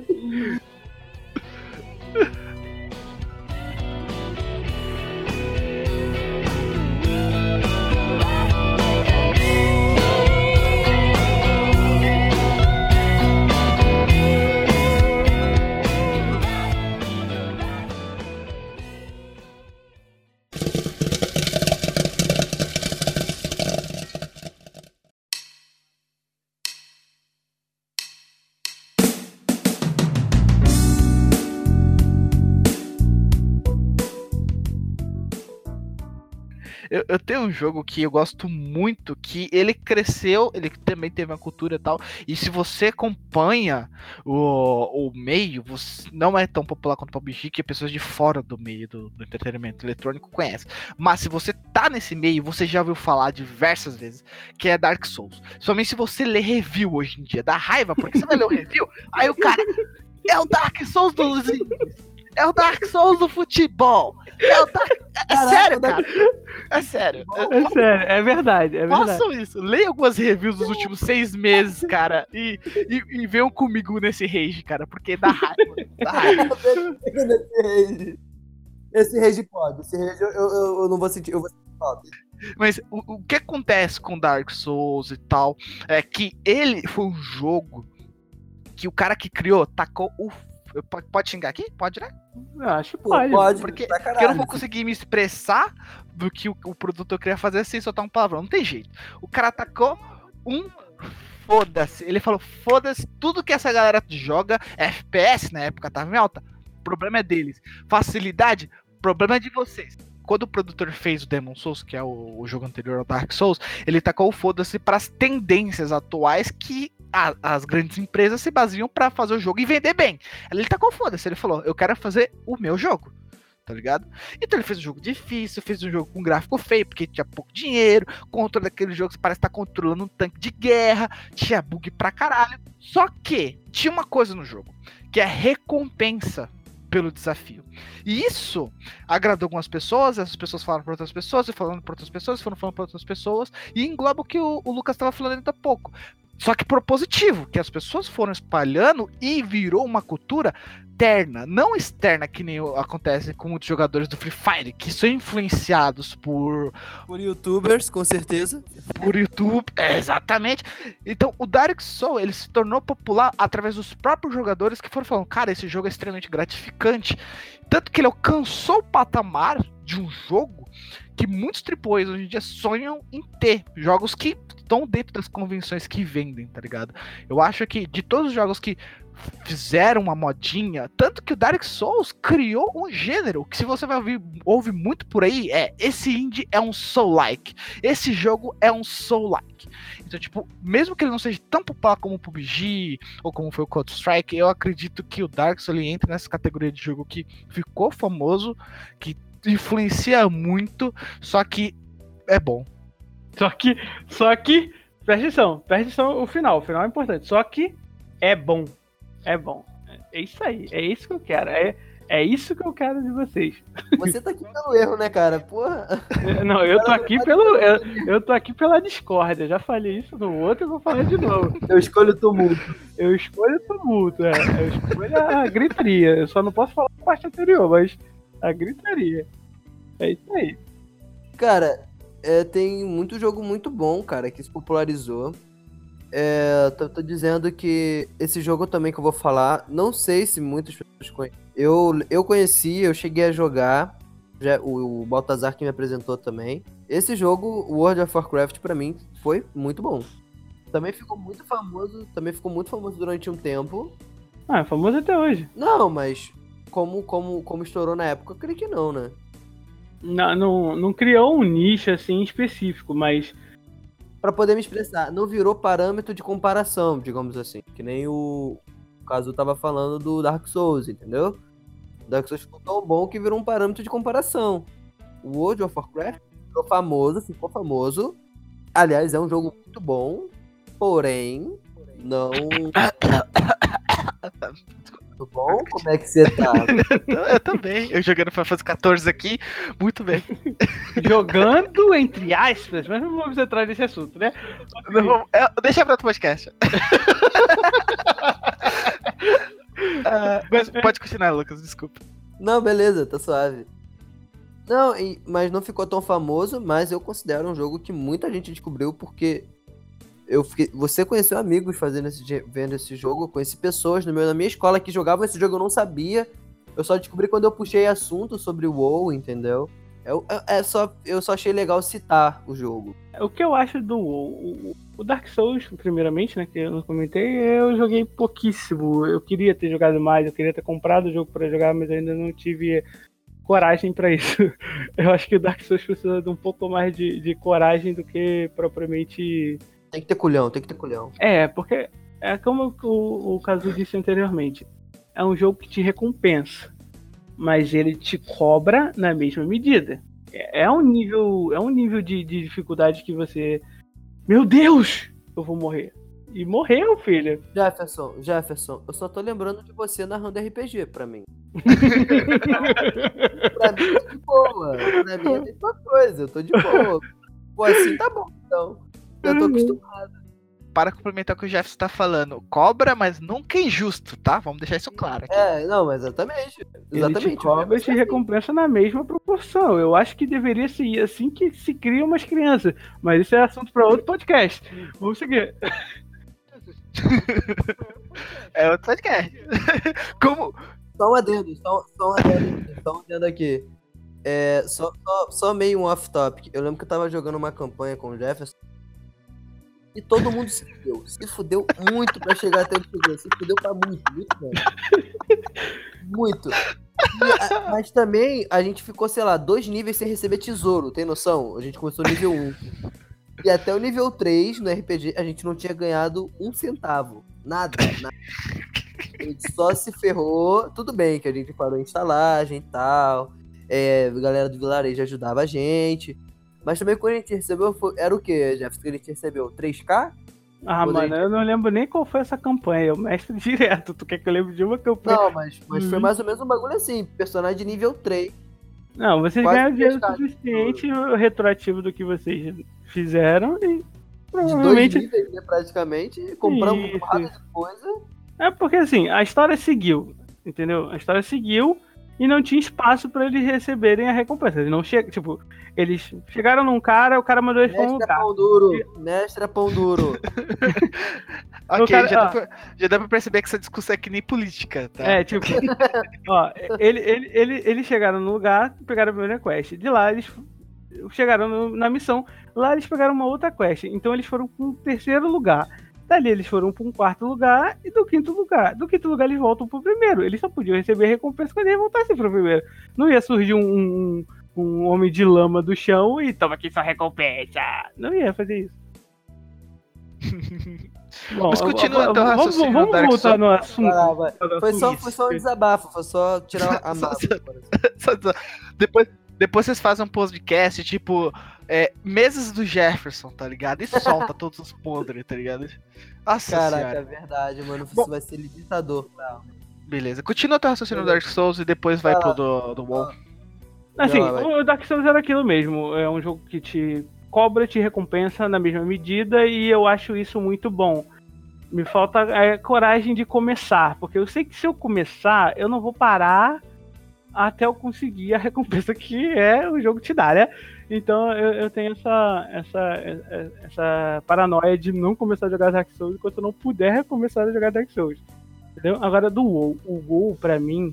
Eu, eu tenho um jogo que eu gosto muito, que ele cresceu, ele também teve uma cultura e tal, e se você acompanha o, o meio, você não é tão popular quanto o P U B G, que pessoas de fora do meio do, do entretenimento eletrônico conhecem. Mas se você tá nesse meio, você já ouviu falar diversas vezes, que é Dark Souls. Somente se você lê review hoje em dia, dá raiva, porque você vai ler o review, aí o cara, é o Dark Souls dos é o Dark Souls do futebol. É, o Dark... é Caraca, sério, Dark... cara. É sério. É sério, é verdade, é verdade. Façam isso. Leia algumas reviews dos últimos seis meses, cara, e, e, e venham comigo nesse rage, cara, porque dá raiva. Dá raiva. Esse rage. Esse rage pode. Esse rage eu, eu, eu não vou sentir. Eu vou sentir falta. Mas o, o que acontece com Dark Souls e tal é que ele foi um jogo que o cara que criou tacou o. Pode, pode xingar aqui? Pode, né? Eu acho que pode. Pode, porque, pra porque eu não vou conseguir me expressar do que o, o produtor queria fazer sem soltar um palavrão. Não tem jeito. O cara tacou um foda-se. Ele falou, foda-se, tudo que essa galera joga, F P S na época tava em alta. O problema é deles. Facilidade, problema é de vocês. Quando o produtor fez o Demon Souls, que é o, o jogo anterior ao Dark Souls, ele tacou o foda-se para as tendências atuais que a, as grandes empresas se baseiam para fazer o jogo e vender bem. Ele tacou o foda-se, ele falou, eu quero fazer o meu jogo, tá ligado? Então ele fez um jogo difícil, fez um jogo com gráfico feio, porque tinha pouco dinheiro, controle daquele jogo que parece estar controlando um tanque de guerra, tinha bug pra caralho. Só que tinha uma coisa no jogo, que é a recompensa pelo desafio. E isso agradou algumas pessoas, essas pessoas falaram para outras pessoas, e falando para outras pessoas, foram falando para outras pessoas, e engloba o que o, o Lucas estava falando ainda há pouco. Só que propositivo, que as pessoas foram espalhando e virou uma cultura interna, não externa, que nem acontece com muitos jogadores do Free Fire, que são influenciados por... Por youtubers, com certeza. Por YouTube, é, exatamente. Então, o Dark Souls, ele se tornou popular através dos próprios jogadores que foram falando, cara, esse jogo é extremamente gratificante. Tanto que ele alcançou o patamar de um jogo que muitos triplo A's hoje em dia sonham em ter. Jogos que estão dentro das convenções que vendem, tá ligado? Eu acho que de todos os jogos que fizeram uma modinha, tanto que o Dark Souls criou um gênero que, se você vai ouvir, ouve muito por aí, é esse indie é um soul-like, esse jogo é um soul-like. Então, tipo, mesmo que ele não seja tão popular como o P U B G ou como foi o Counter-Strike, eu acredito que o Dark Souls ele entra nessa categoria de jogo que ficou famoso, que influencia muito, só que é bom. Só que, só que, presta atenção, presta atenção o final, o final é importante. Só que é bom, é bom. É isso aí, é isso que eu quero, é, é isso que eu quero de vocês. Você tá aqui pelo erro, né, cara? Porra. Não, eu tô aqui pelo, eu, eu tô aqui pela discórdia, já falei isso no outro e vou falar de novo. Eu escolho o tumulto. Eu escolho o tumulto, é, eu escolho a gritaria, eu só não posso falar a parte anterior, mas a gritaria. É isso aí. Cara, é, tem muito jogo muito bom, cara, que se popularizou. É, tô, tô dizendo que esse jogo também que eu vou falar, não sei se muitas pessoas conhecem. Eu, eu conheci, eu cheguei a jogar, já, o, o Baltazar que me apresentou também. Esse jogo, World of Warcraft, pra mim, foi muito bom. Também ficou muito famoso, também ficou muito famoso durante um tempo. Ah, é famoso até hoje. Não, mas como, como, como estourou na época, eu creio que não, né? Não, não, não criou um nicho assim específico, mas Pra poder me expressar, não virou parâmetro de comparação, digamos assim. Que nem o, o caso tava falando do Dark Souls, entendeu? O Dark Souls ficou tão bom que virou um parâmetro de comparação. O World of Warcraft ficou famoso, ficou famoso. Aliás, é um jogo muito bom, porém, não... Tudo bom? Como é que você tá? Eu também. Eu jogando Final Fantasy quatorze aqui, muito bem. jogando entre aspas, mas não vamos entrar nesse assunto, né? Não, é, deixa pra outro podcast. uh, mas pode continuar, Lucas, desculpa. Não, beleza, tá suave. Não, e, mas não ficou tão famoso, mas eu considero um jogo que muita gente descobriu porque eu fiquei, você conheceu amigos fazendo esse, vendo esse jogo, eu conheci pessoas no meu, na minha escola que jogavam esse jogo, eu não sabia. Eu só descobri quando eu puxei assunto sobre o WoW, entendeu? Eu, é só, eu só achei legal citar o jogo. O que eu acho do WoW, o Dark Souls, primeiramente, né, que eu não comentei, eu joguei pouquíssimo. Eu queria ter jogado mais, eu queria ter comprado o jogo pra jogar, mas ainda não tive coragem pra isso. Eu acho que o Dark Souls precisa de um pouco mais de, de coragem do que propriamente... Tem que ter culhão, tem que ter culhão. É, porque é como o, o Kazu disse anteriormente, é um jogo que te recompensa, mas ele te cobra na mesma medida. É, é um nível, é um nível de, de dificuldade que você... Meu Deus! Eu vou morrer. E morreu, filho. Jefferson, Jefferson, eu só tô lembrando de você narrando R P G pra mim. Pra mim é de boa. Pra mim é a mesma coisa, eu tô de boa. Pô, assim tá bom, então. Eu tô acostumado. Para complementar o que o Jefferson tá falando, cobra, mas nunca é injusto, tá? Vamos deixar isso claro aqui. É, não, exatamente. Exatamente. Ele te cobra e te recompensa na mesma proporção. Eu acho que deveria ser assim que se criam umas crianças. Mas isso é assunto para outro podcast. Vamos seguir. É outro podcast. Como... Só um adendo, só, só um adendo, só um adendo aqui. É, só, só, só meio um off-topic. Eu lembro que eu tava jogando uma campanha com o Jefferson e todo mundo se fudeu. Se fudeu muito pra chegar até onde chegou. Se fudeu pra muito, muito mesmo. Muito. E, a, mas também a gente ficou, sei lá, dois níveis sem receber tesouro, tem noção? A gente começou no nível um. E até o nível três no R P G a gente não tinha ganhado um centavo. Nada, nada. A gente só se ferrou. Tudo bem que a gente parou em instalagem e tal. É, a galera do vilarejo ajudava a gente. Mas também quando a gente recebeu, foi, era o que, Jeff? Que a gente recebeu? três K? Ah, quando mano, gente... eu não lembro nem qual foi essa campanha. Eu mestre direto. Tu quer que eu lembre de uma campanha? Não, mas, mas uhum. foi mais ou menos um bagulho assim. Personagem de nível três. Não, vocês ganharam dinheiro suficiente, o retroativo do que vocês fizeram e provavelmente... De dois níveis, né, praticamente. Compramos uma porrada de coisa. É porque assim, a história seguiu, entendeu? A história seguiu e não tinha espaço pra eles receberem a recompensa. Eles não chegam, tipo, eles chegaram num cara, o cara mandou eles pra um lugar. Pão duro, mestre pão duro. Ok, cara, já, dá pra, já dá pra perceber que essa discussão é que nem política, tá? É, tipo, ó, ele, ele, ele, eles chegaram no lugar, pegaram a primeira quest. De lá, eles chegaram no, na missão. Lá, eles pegaram uma outra quest. Então, eles foram para um terceiro lugar. Dali, eles foram para um quarto lugar e do quinto lugar. Do quinto lugar, eles voltam pro primeiro. Eles só podiam receber recompensa quando eles voltassem pro primeiro. Não ia surgir um, um, um homem de lama do chão e toma aqui sua recompensa. Não ia fazer isso. Bom, mas continua então o raciocínio. Vamos, vamos voltar no assunto. Ah, foi, só, foi só um desabafo, foi só tirar a massa. Depois, Depois vocês fazem um podcast, tipo, é, mesas do Jefferson, tá ligado? E solta todos os podres, tá ligado? Nossa Caraca, senhora. é verdade, mano. Isso Bom, vai ser libertador. beleza, continua teu raciocínio do Dark Souls e depois vai Vai pro lá. do, do WoW. Assim, Não, vai. o Dark Souls era aquilo mesmo. É um jogo que te cobra, te recompensa na mesma medida, e eu acho isso muito bom. Me falta é, coragem de começar, porque eu sei que se eu começar, eu não vou parar até eu conseguir a recompensa que é o jogo te dá, né? Então eu, eu tenho essa, essa, essa paranoia de não começar a jogar Dark Souls enquanto eu não puder recomeçar a jogar Dark Souls. Entendeu? Agora, do WoW. O WoW, pra mim,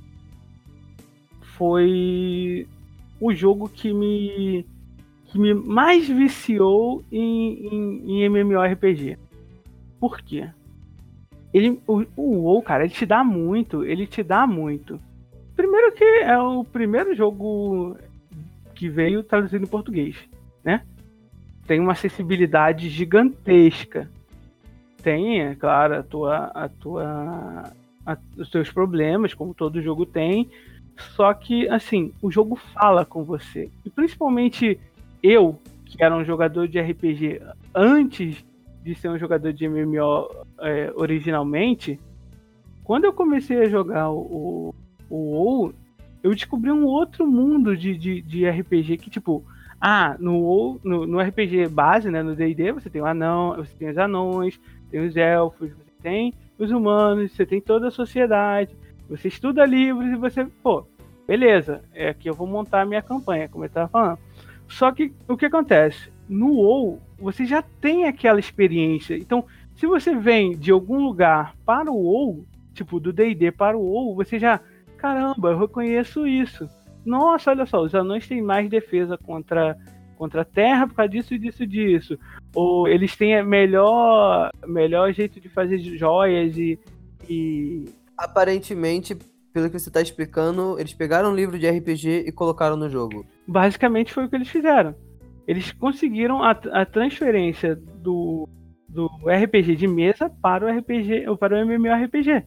foi o jogo que me, que me mais viciou em, em, em MMORPG. Por quê? Ele, o, o WoW, cara, ele te dá muito, ele te dá muito. Primeiro que é o primeiro jogo que veio traduzido em português, né? Tem uma acessibilidade gigantesca. Tem, é claro, a tua, a tua, a, os teus problemas, como todo jogo tem. Só que, assim, o jogo fala com você. E principalmente eu, que era um jogador de R P G antes de ser um jogador de M M O é, originalmente, quando eu comecei a jogar o, o WoW, eu descobri um outro mundo de, de, de R P G que, tipo, ah, no WoW, no, no R P G base, né, no D e D, você tem o anão, você tem os anões, tem os elfos, você tem os humanos, você tem toda a sociedade, você estuda livros e você, pô, beleza, é aqui eu vou montar a minha campanha, como eu tava falando. Só que o que acontece? No WoW, você já tem aquela experiência. Então, se você vem de algum lugar para o WoW, tipo do D e D para o WoW, você já, caramba, eu reconheço isso. Nossa, olha só, os anões têm mais defesa contra, contra a terra por causa disso, disso, disso. Ou eles têm melhor, melhor jeito de fazer joias e... e... Aparentemente, pelo que você tá explicando, eles pegaram um livro de R P G e colocaram no jogo. Basicamente foi o que eles fizeram. Eles conseguiram a, a transferência do, do R P G de mesa para o R P G, ou para o MMORPG.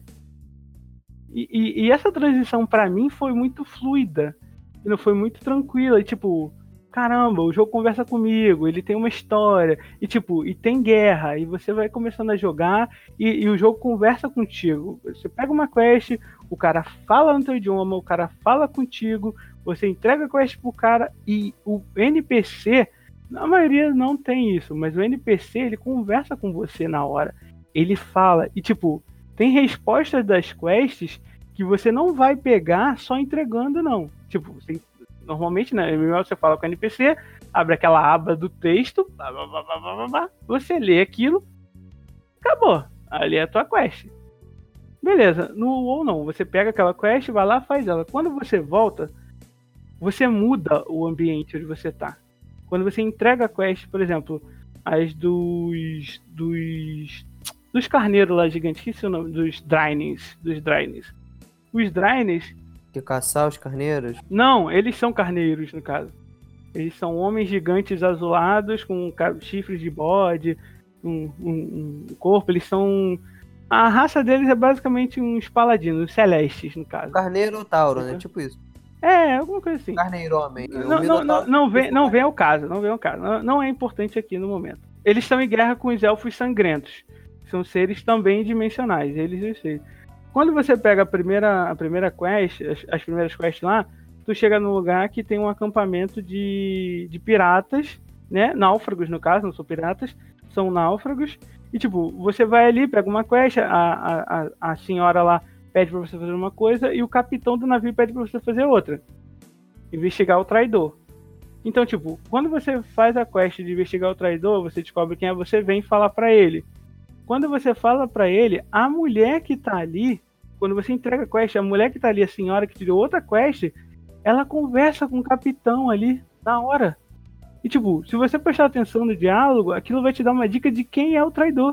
E, e, e essa transição para mim foi muito fluida, não foi muito tranquila. E tipo, caramba, o jogo conversa comigo, ele tem uma história, e tipo, e tem guerra, e você vai começando a jogar e, e o jogo conversa contigo. Você pega uma quest, o cara fala no teu idioma, o cara fala contigo, você entrega a quest pro cara e o N P C, na maioria não tem isso, mas o N P C, ele conversa com você na hora. Ele fala, e tipo, tem respostas das quests que você não vai pegar só entregando, não. Tipo, você, normalmente, né, você fala com o N P C, abre aquela aba do texto, blá, blá, blá, blá, blá, blá, você lê aquilo, acabou. Ali é a tua quest. Beleza, no WoW não, você pega aquela quest, vai lá, faz ela. Quando você volta, você muda o ambiente onde você tá. Quando você entrega a quest, por exemplo, as dos dos dos carneiros lá gigantes, que é o nome? Dos Draenei, dos Draenei. Os Draenei, Que caçar os carneiros? não, eles são carneiros, no caso. Eles são homens gigantes azulados com chifres de bode, um, um, um corpo, eles são... A raça deles é basicamente uns paladinos, celestes, no caso. Carneiro ou Tauro, né? Tipo isso. É, alguma coisa assim. Carneiro homem. Não, não, não, não, vem, não vem ao caso, não vem ao caso. Não, não é importante aqui no momento. Eles estão em guerra com os elfos sangrentos. São seres também dimensionais, eles e os seres. Quando você pega a primeira, a primeira quest, as, as primeiras quests lá, tu chega num lugar que tem um acampamento de, de piratas, né? Náufragos, no caso, não são piratas, são náufragos. E tipo, você vai ali, pega uma quest, a, a, a, a senhora lá pede pra você fazer uma coisa e o capitão do navio pede pra você fazer outra. Investigar o traidor. Então, tipo, quando você faz a quest de investigar o traidor, você descobre quem é, você vem falar pra ele. Quando você fala pra ele, a mulher que tá ali, quando você entrega a quest, a mulher que tá ali, a senhora que te deu outra quest, ela conversa com o capitão ali, na hora. E tipo, se você prestar atenção no diálogo, aquilo vai te dar uma dica de quem é o traidor.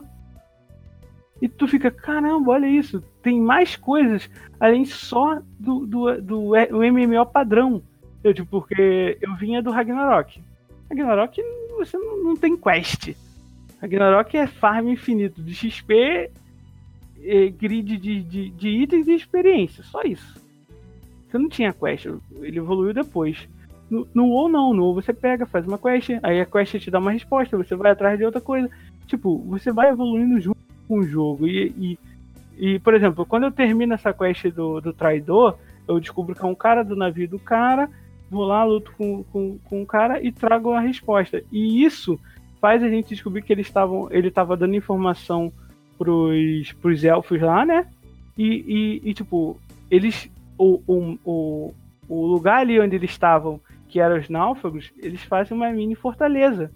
E tu fica, caramba, olha isso, tem mais coisas além só do, do, do, do M M O padrão. Eu, tipo, porque eu vinha do Ragnarok. Ragnarok, você não, não tem quest. Ragnarok é farm infinito de X P, grid de, de, de itens e experiência, só isso. Você não tinha quest, ele evoluiu depois. No, no WoW não, no WoW você pega, faz uma quest, aí a quest te dá uma resposta, você vai atrás de outra coisa. Tipo, você vai evoluindo junto com o jogo. E, e, e por exemplo, quando eu termino essa quest do, do traidor, eu descubro que é um cara do navio do cara, vou lá, luto com, com, com o cara e trago a resposta. E isso faz a gente descobrir que eles estavam, ele estava dando informação pros, pros elfos lá, né? E, e, e tipo, eles. O, o, o, o lugar ali onde eles estavam, que eram os náufragos, eles fazem uma mini fortaleza.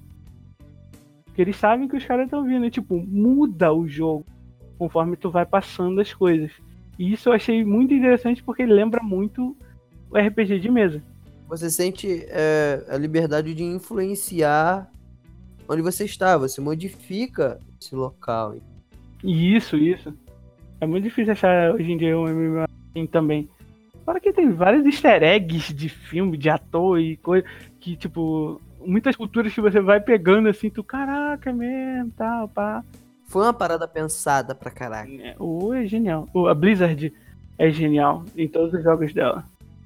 Porque eles sabem que os caras estão vindo. E, tipo, muda o jogo conforme tu vai passando as coisas. E isso eu achei muito interessante porque ele lembra muito o R P G de mesa. Você sente é, a liberdade de influenciar onde você está. Você modifica esse local. E isso, isso. É muito difícil achar hoje em dia um M M O assim também. Fora que tem vários easter eggs de filme, de ator e coisa que, tipo, muitas culturas que você vai pegando assim, tu, caraca, é mesmo, tal, pá. Foi uma parada pensada pra caraca. É, o é genial. O, a Blizzard é genial em todos os jogos dela.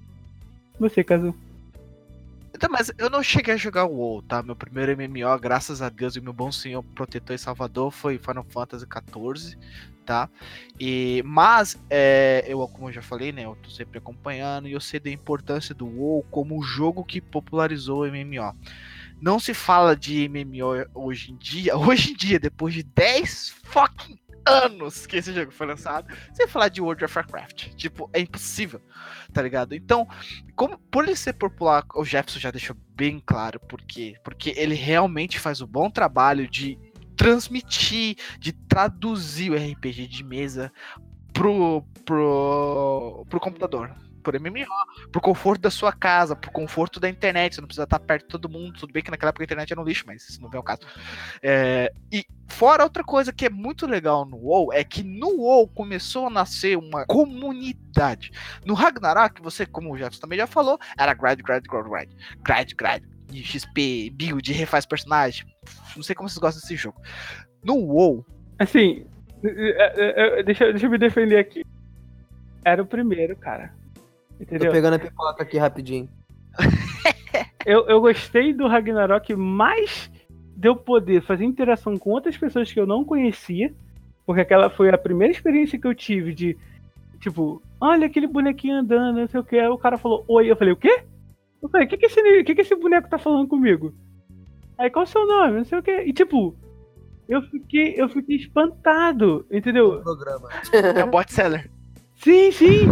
Você, Kazu? Então, mas eu não cheguei a jogar o WoW, tá? Meu primeiro M M O, graças a Deus e meu bom senhor protetor e salvador, foi Final Fantasy quatorze, tá? E, mas, é, eu, como eu já falei, né? Eu tô sempre acompanhando e eu sei da importância do WoW como o jogo que popularizou o M M O. Não se fala de M M O hoje em dia, hoje em dia, depois de dez fucking anos que esse jogo foi lançado, sem falar de World of Warcraft. Tipo, é impossível, tá ligado? Então, como, por ele ser popular, o Jefferson já deixou bem claro por quê. Porque ele realmente faz um bom trabalho de transmitir, de traduzir o R P G de mesa pro, pro, pro computador. Por M M O, pro conforto da sua casa, pro conforto da internet, você não precisa estar perto de todo mundo, tudo bem que naquela época a internet era um lixo, mas isso não vem ao caso. É, e fora outra coisa que é muito legal no WoW, é que no WoW começou a nascer uma comunidade. No Ragnarok, você, como o Jefferson também já falou, era grind, grind, grind, grind, grind, grind, X P, build, refaz personagem, não sei como vocês gostam desse jogo. No WoW... Assim, deixa, deixa eu me defender aqui. Era o primeiro, cara. Entendeu? Tô pegando a pipoca aqui rapidinho. eu, eu gostei do Ragnarok mais de eu poder fazer interação com outras pessoas que eu não conhecia, porque aquela foi a primeira experiência que eu tive de, tipo, olha aquele bonequinho andando, não sei o que. Aí o cara falou, oi. Eu falei, o quê? Eu falei, o que que esse, que que esse boneco tá falando comigo? Aí, qual é o seu nome? Não sei o que. E tipo, eu fiquei, eu fiquei espantado, entendeu? Programa. É o bot seller. Sim, sim!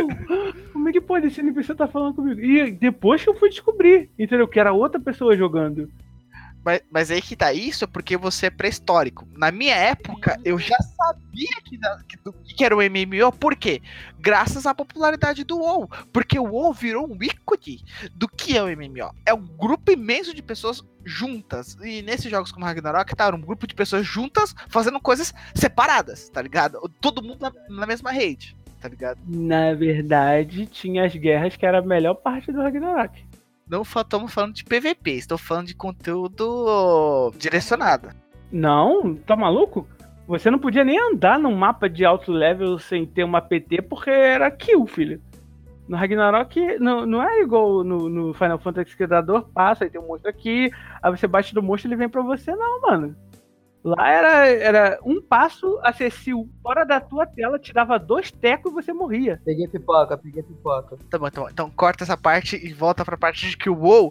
Eu, como é que pode esse N P C tá falando comigo? E depois que eu fui descobrir, entendeu? Que era outra pessoa jogando. Mas, mas aí que tá, isso é porque você é pré-histórico. Na minha época, eu já sabia que, que, do, que era o M M O, por quê? Graças à popularidade do WoW. Porque o WoW virou um ícone do que é o M M O. É um grupo imenso de pessoas juntas. E nesses jogos como Ragnarok, tá, era um grupo de pessoas juntas fazendo coisas separadas, tá ligado? Todo mundo na, na mesma rede, tá ligado? Na verdade, tinha as guerras que era a melhor parte do Ragnarok. Não estamos falando de P V P, estou falando de conteúdo direcionado. Não, tá maluco? Você não podia nem andar num mapa de alto level sem ter uma P T porque era kill, filho. No Ragnarok não, não é igual no, no Final Fantasy que o dor passa, aí tem um monstro aqui, aí você bate no monstro e ele vem pra você, não, mano. Lá era, era um passo acessível fora da tua tela, te dava dois tecos e você morria. Peguei pipoca, peguei pipoca. Tá bom, tá bom. Então corta essa parte e volta pra parte de que o WoW,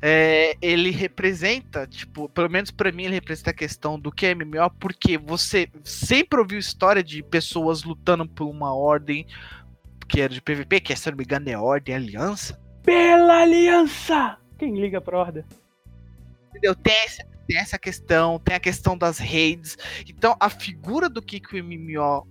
é, ele representa, tipo, pelo menos pra mim ele representa a questão do que é M M O, porque você sempre ouviu história de pessoas lutando por uma ordem que era de P V P, que se não me engano é Ordem Aliança. Pela Aliança! Quem liga pra Ordem? Entendeu? Tem essa... Tem essa questão, tem a questão das raids. Então, a figura do que, que o M M O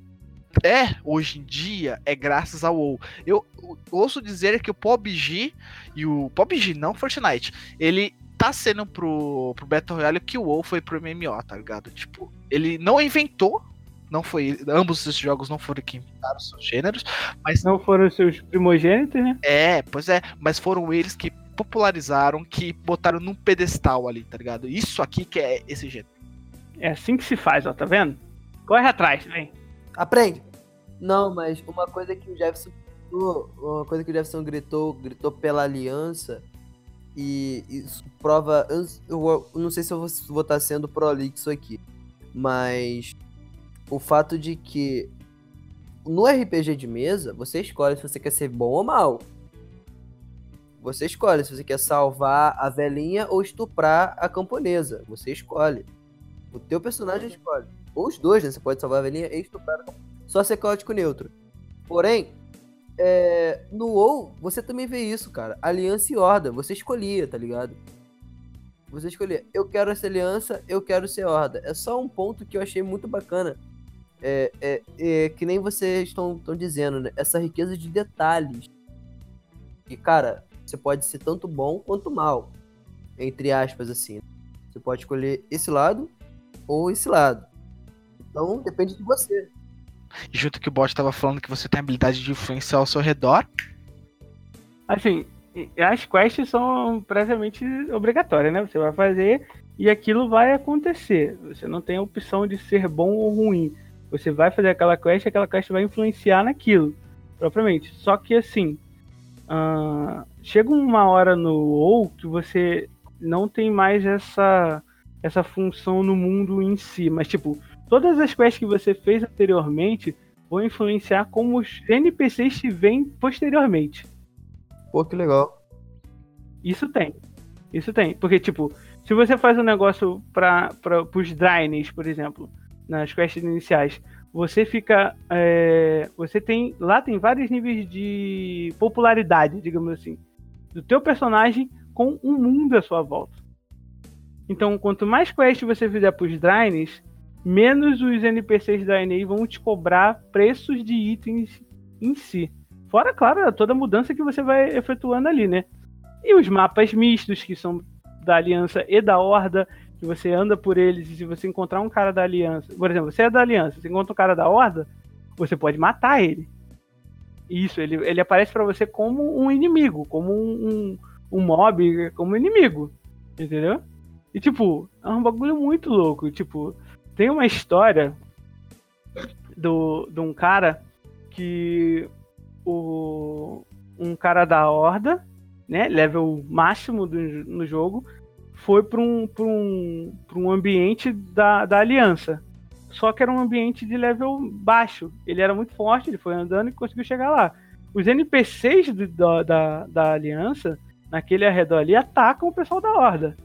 é, hoje em dia, é graças ao WoW. Eu, eu ouço dizer que o P U B G, e o P U B G, não Fortnite, ele tá sendo pro, pro Battle Royale que o WoW foi pro M M O, tá ligado? Tipo, ele não inventou, não foi, ambos esses jogos não foram que inventaram os seus gêneros, mas... Não foram os seus primogênitos, né? É, pois é, mas foram eles que popularizaram, que botaram num pedestal ali, tá ligado? Isso aqui que é esse jeito. É assim que se faz, ó, tá vendo? Corre atrás, vem. Aprende! Não, mas uma coisa que o Jefferson gritou, uma coisa que o Jefferson gritou, gritou pela aliança, e isso prova... Eu, eu, eu não sei se eu vou, vou estar sendo prolixo aqui, mas o fato de que no R P G de mesa, você escolhe se você quer ser bom ou mal. Você escolhe se você quer salvar a velhinha ou estuprar a camponesa. Você escolhe. O teu personagem escolhe. Ou os dois, né? Você pode salvar a velhinha e estuprar a camponesa. Só ser caótico neutro. Porém, é, no WoW, você também vê isso, cara. Aliança e Horda. Você escolhia, tá ligado? Você escolhia. Eu quero essa aliança, eu quero ser Horda. É só um ponto que eu achei muito bacana. É, é, é que nem vocês estão dizendo, né? Essa riqueza de detalhes. E, cara... Você pode ser tanto bom quanto mal. Entre aspas, assim. Você pode escolher esse lado ou esse lado. Então, depende de você. E junto que o bot tava falando que você tem a habilidade de influenciar ao seu redor. Assim, as quests são previamente obrigatórias, né? Você vai fazer e aquilo vai acontecer. Você não tem a opção de ser bom ou ruim. Você vai fazer aquela quest e aquela quest vai influenciar naquilo, propriamente. Só que, assim... Uh, chega uma hora no WoW que você não tem mais essa, essa função no mundo em si, mas tipo, todas as quests que você fez anteriormente vão influenciar como os N P Cs te veem posteriormente. Pô, que legal. Isso tem, isso tem, porque tipo, se você faz um negócio para os Draenei, por exemplo, nas quests iniciais, você fica, é, você tem, lá tem vários níveis de popularidade, digamos assim, do teu personagem com um mundo à sua volta. Então, quanto mais quest você fizer pros Draenei, menos os N P Cs da Draenei vão te cobrar preços de itens em si. Fora, claro, toda a mudança que você vai efetuando ali, né? E os mapas mistos, que são da Aliança e da Horda, que você anda por eles, e se você encontrar um cara da Aliança, por exemplo, você é da Aliança, você encontra um cara da Horda, você pode matar ele. Isso, ele, ele aparece pra você como um inimigo, como um, um, um mob, como um inimigo, entendeu? E tipo, é um bagulho muito louco. Tipo, tem uma história do, de um cara que o, um cara da Horda, né, level máximo do, no jogo, foi para um, pra um, pra um ambiente da, da Aliança. Só que era um ambiente de level baixo. Ele era muito forte, ele foi andando e conseguiu chegar lá. Os N P Cs do, da, da, da Aliança, naquele arredor ali, atacam o pessoal da Horda.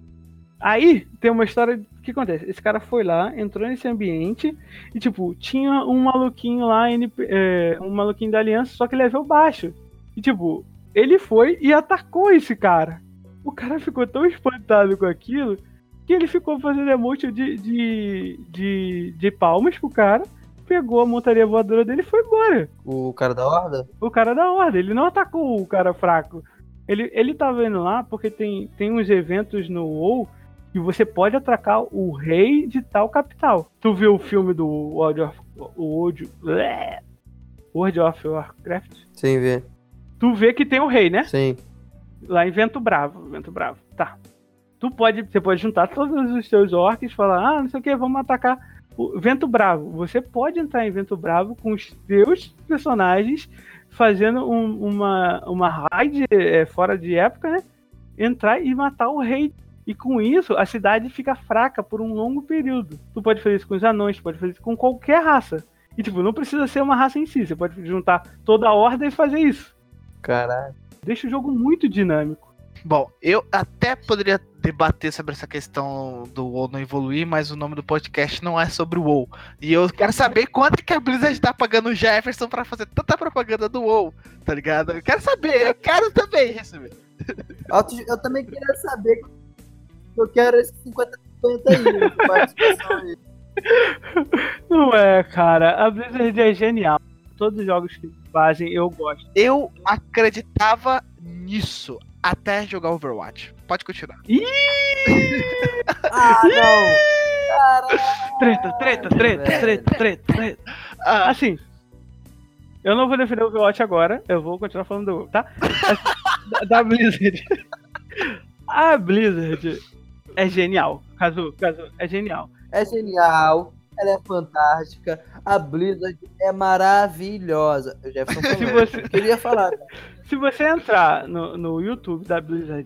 Aí tem uma história. O que acontece? Esse cara foi lá, entrou nesse ambiente e, tipo, tinha um maluquinho lá, N P, é, um maluquinho da Aliança, só que level baixo. E, tipo, ele foi e atacou esse cara. O cara ficou tão espantado com aquilo que ele ficou fazendo emotion de, de, de, de palmas pro cara, pegou a montaria voadora dele e foi embora. O cara da Horda? O cara da Horda, ele não atacou o cara fraco. Ele, ele tava indo lá porque tem, tem uns eventos no WoW que você pode atracar o rei de tal capital. Tu viu o filme do World of, World, World of Warcraft? Sim, vê. Tu vê que tem o rei, né? Sim. Lá em Vento Bravo, Vento Bravo, tá. Tu pode, você pode juntar todos os teus orcs e falar, ah, não sei o que, vamos atacar o Vento Bravo. Você pode entrar em Vento Bravo com os teus personagens fazendo um, uma, uma raid é, fora de época, né? Entrar e matar o rei. E com isso, a cidade fica fraca por um longo período. Tu pode fazer isso com os anões, tu pode fazer isso com qualquer raça. E tipo, não precisa ser uma raça em si, você pode juntar toda a horda e fazer isso. Caralho. Deixa o jogo muito dinâmico. Bom, eu até poderia debater sobre essa questão do WoW não evoluir, mas o nome do podcast não é sobre o WoW. E eu quero saber quanto que a Blizzard tá pagando o Jefferson pra fazer tanta propaganda do WoW, tá ligado? Eu quero saber, eu quero também receber. Eu também queria saber, eu quero esse cinquenta cinquenta aí, participação aí. Não é, cara, a Blizzard é genial. Todos os jogos que fazem, eu gosto. Eu acreditava nisso até jogar Overwatch. Pode continuar. Ih! Ah, não! Caralho! Treta, treta, treta, treta, treta, treta. Ah, assim, eu não vou defender o Overwatch agora, eu vou continuar falando do WoW, tá? da, da Blizzard. A Blizzard é genial. Kazu, Kazu, é genial. É genial. Ela é fantástica. A Blizzard é maravilhosa. Eu já falei, Se você... eu queria falar. Se você entrar no, no YouTube da Blizzard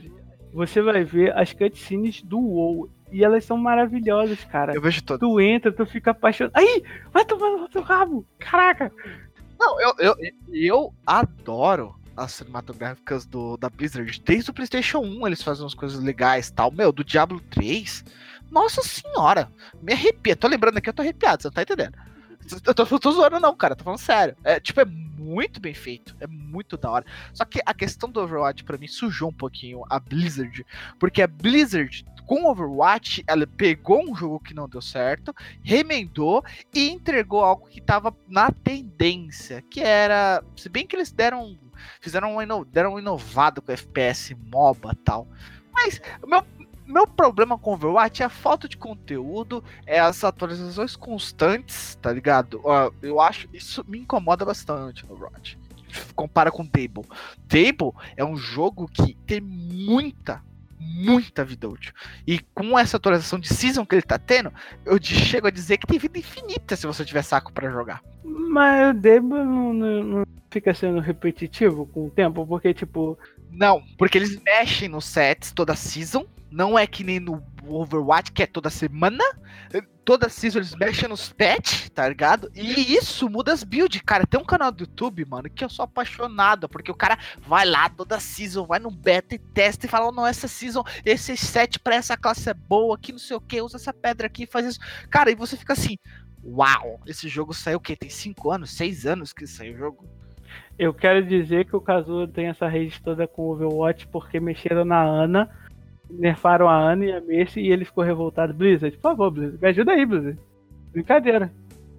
você vai ver as cutscenes do WoW. E elas são maravilhosas, cara. Eu vejo todas. Tu entra, tu fica apaixonado. Aí, vai tomar no teu rabo. Caraca. Não, eu, eu, eu adoro as cinematográficas do, da Blizzard. Desde o PlayStation um eles fazem umas coisas legais e tal. Meu, do Diablo três. Nossa senhora. Me arrepia. Tô lembrando aqui, eu tô arrepiado, você não tá entendendo. Eu tô, eu tô zoando não, cara. Tô falando sério. É, tipo, é muito bem feito. É muito da hora. Só que a questão do Overwatch, pra mim, sujou um pouquinho a Blizzard. Porque a Blizzard, com o Overwatch, ela pegou um jogo que não deu certo, remendou e entregou algo que tava na tendência. Que era... Se bem que eles deram... Fizeram um, ino, deram um inovado com F P S MOBA e tal. Mas o meu... Meu problema com Overwatch é a falta de conteúdo, é as atualizações constantes, tá ligado? Uh, eu acho, isso me incomoda bastante no Overwatch. Compara com Table. Table é um jogo que tem muita, muita vida útil. E com essa atualização de season que ele tá tendo, eu chego a dizer que tem vida infinita se você tiver saco pra jogar. Mas o Table não, não, não fica sendo repetitivo com o tempo, porque tipo... Não, porque eles mexem nos sets toda season. Não é que nem no Overwatch, que é toda semana. Toda season eles mexem nos patch, tá ligado? E isso muda as builds, cara. Tem um canal do YouTube, mano, que eu sou apaixonado. Porque o cara vai lá toda season, vai no beta e testa e fala: oh, não, essa season, esse set pra essa classe é boa, que não sei o que, usa essa pedra aqui, faz isso. Cara, e você fica assim: uau, esse jogo saiu o quê? Tem cinco anos, seis anos que saiu o jogo? Eu quero dizer que o Kazuo tem essa rede toda com o Overwatch porque mexeram na Ana. Nerfaram a Ana e a Mercy e ele ficou revoltado. Blizzard, por favor, Blizzard, me ajuda aí, Blizzard. Brincadeira.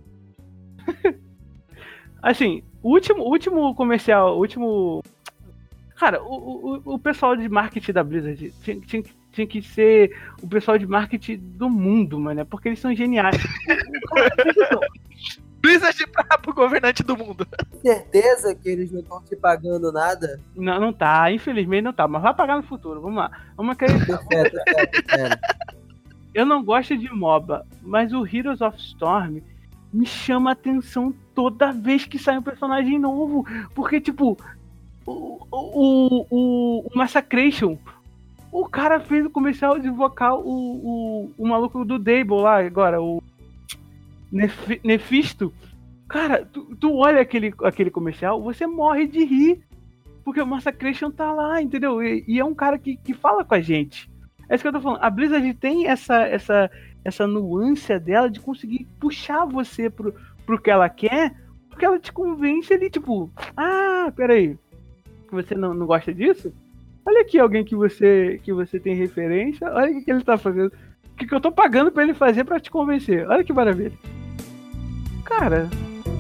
Assim, o último, último comercial, o último... Cara, o, o, o pessoal de marketing da Blizzard tinha, tinha, tinha que ser o pessoal de marketing do mundo, mano, porque eles são geniais. Blizzard pra, pro governante do mundo. Certeza que eles não estão te pagando nada? Não, não tá, infelizmente não tá, mas vai pagar no futuro, vamos lá. Vamos acreditar. Certo, certo, certo. Eu não gosto de MOBA, mas o Heroes of Storm me chama a atenção toda vez que sai um personagem novo, porque tipo, o, o, o, o Massacration, o cara fez o comercial de invocar o, o, o maluco do Dable lá agora, o Nef- Nefisto. Cara, tu, tu olha aquele, aquele comercial, você morre de rir, porque o Massacration tá lá, entendeu? E, e é um cara que, que fala com a gente. É isso que eu tô falando. A Blizzard tem essa, essa, essa nuance dela de conseguir puxar você pro, pro que ela quer, porque ela te convence ali, tipo, ah, peraí, você não, não gosta disso? Olha aqui alguém que você, que você tem referência, olha o que, que ele tá fazendo. O que, que eu tô pagando pra ele fazer pra te convencer. Olha que maravilha. Cara...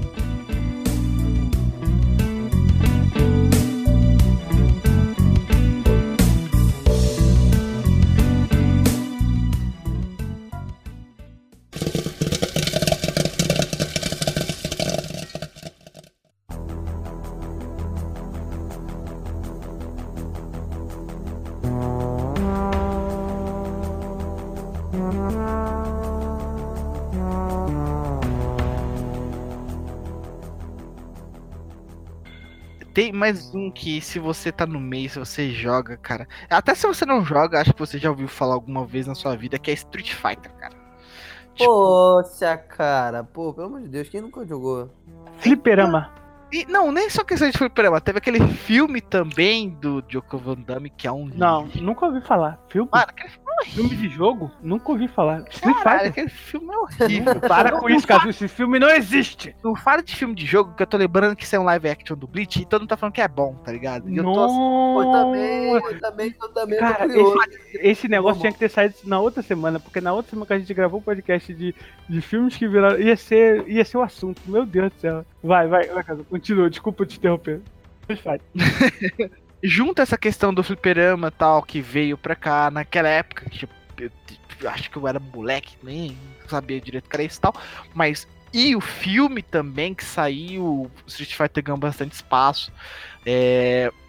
Tem mais um que, se você tá no meio, se você joga, cara. Até se você não joga, acho que você já ouviu falar alguma vez na sua vida, que é Street Fighter, cara. Tipo, Poxa, cara. Pô, pelo amor de Deus, quem nunca jogou? Fliperama. e, não, nem só questão de fliperama. Teve aquele filme também do Joko Van Damme, que é um... Não, nunca ouvi falar. Filme? Mano, aquele filme é Filme de jogo? Nunca ouvi falar. Street Caralho, Fighter? aquele filme é horrível. Para com isso, Casu. Esse filme não existe. Não fala de filme de jogo, que eu tô lembrando que isso é um live action do Bleach e todo mundo tá falando que é bom, tá ligado? E eu tô assim, Pô, eu também, Nossa. eu também, eu também Cara, tô curioso. esse, esse negócio tinha que ter saído na outra semana, porque na outra semana que a gente gravou o podcast de, de filmes que viraram, ia ser, ia ser o assunto. Meu Deus do céu. Vai, vai, vai, Casu. Continua. Desculpa te interromper. Faz. junta essa questão do fliperama tal, que veio pra cá naquela época, tipo, eu, eu acho que eu era moleque, nem sabia direito que era isso e tal, mas e o filme também que saiu, Street Fighter ganhou bastante espaço. É,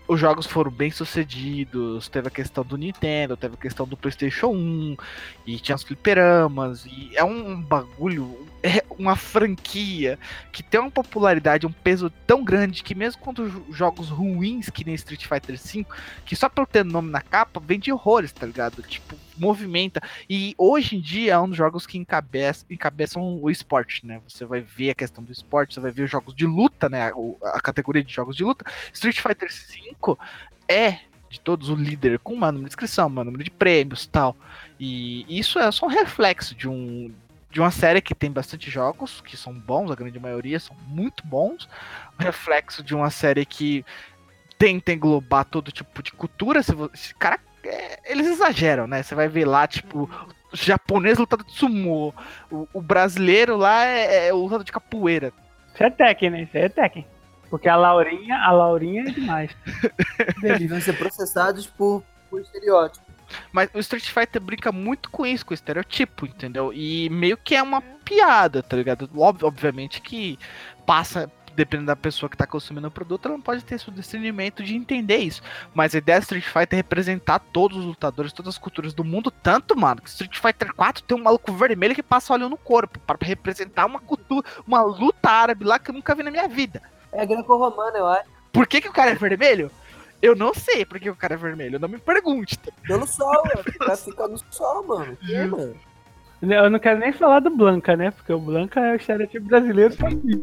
os jogos foram bem sucedidos, teve a questão do Nintendo, teve a questão do PlayStation um, e tinha os fliperamas, e é um bagulho, é uma franquia que tem uma popularidade, um peso tão grande que mesmo quando jogos ruins, que nem Street Fighter cinco, que só pelo ter nome na capa, vende horrores, tá ligado? Tipo, movimenta. E hoje em dia é um dos jogos que encabeça, encabeçam o esporte, né? Você vai ver a questão do esporte, você vai ver os jogos de luta, né? A categoria de jogos de luta. Street Fighter cinco é, de todos, o líder, com uma número de inscrição, um número de prêmios e tal. E isso é só um reflexo de um... de uma série que tem bastante jogos, que são bons, a grande maioria são muito bons. Um reflexo de uma série que tenta englobar todo tipo de cultura. Se você, cara, é, eles exageram, né? Você vai ver lá, tipo, o japonês lutando de sumô, o, o brasileiro lá é, é o lutador de capoeira. Isso é Tekken, né? Isso é Tekken. Porque a Laurinha, a Laurinha é demais. Eles vão ser processados por, por estereótipo. Mas o Street Fighter brinca muito com isso, com o estereotipo, entendeu? E meio que é uma piada, tá ligado? Ob- obviamente que passa, dependendo da pessoa que tá consumindo o produto, ela não pode ter esse discernimento de entender isso. Mas a ideia do Street Fighter é representar todos os lutadores, todas as culturas do mundo, tanto, mano, que Street Fighter quatro tem um maluco vermelho que passa óleo no corpo, para representar uma cultura, uma luta árabe lá que eu nunca vi na minha vida. É greco-romano, eu acho. Por que que o cara é vermelho? Eu não sei por que o cara é vermelho, não me pergunte. Pelo sol, mano. Vai ficar no sol, mano. Que, mano? Eu não quero nem falar do Blanca, né? Porque o Blanca é o estereotipo brasileiro só aqui.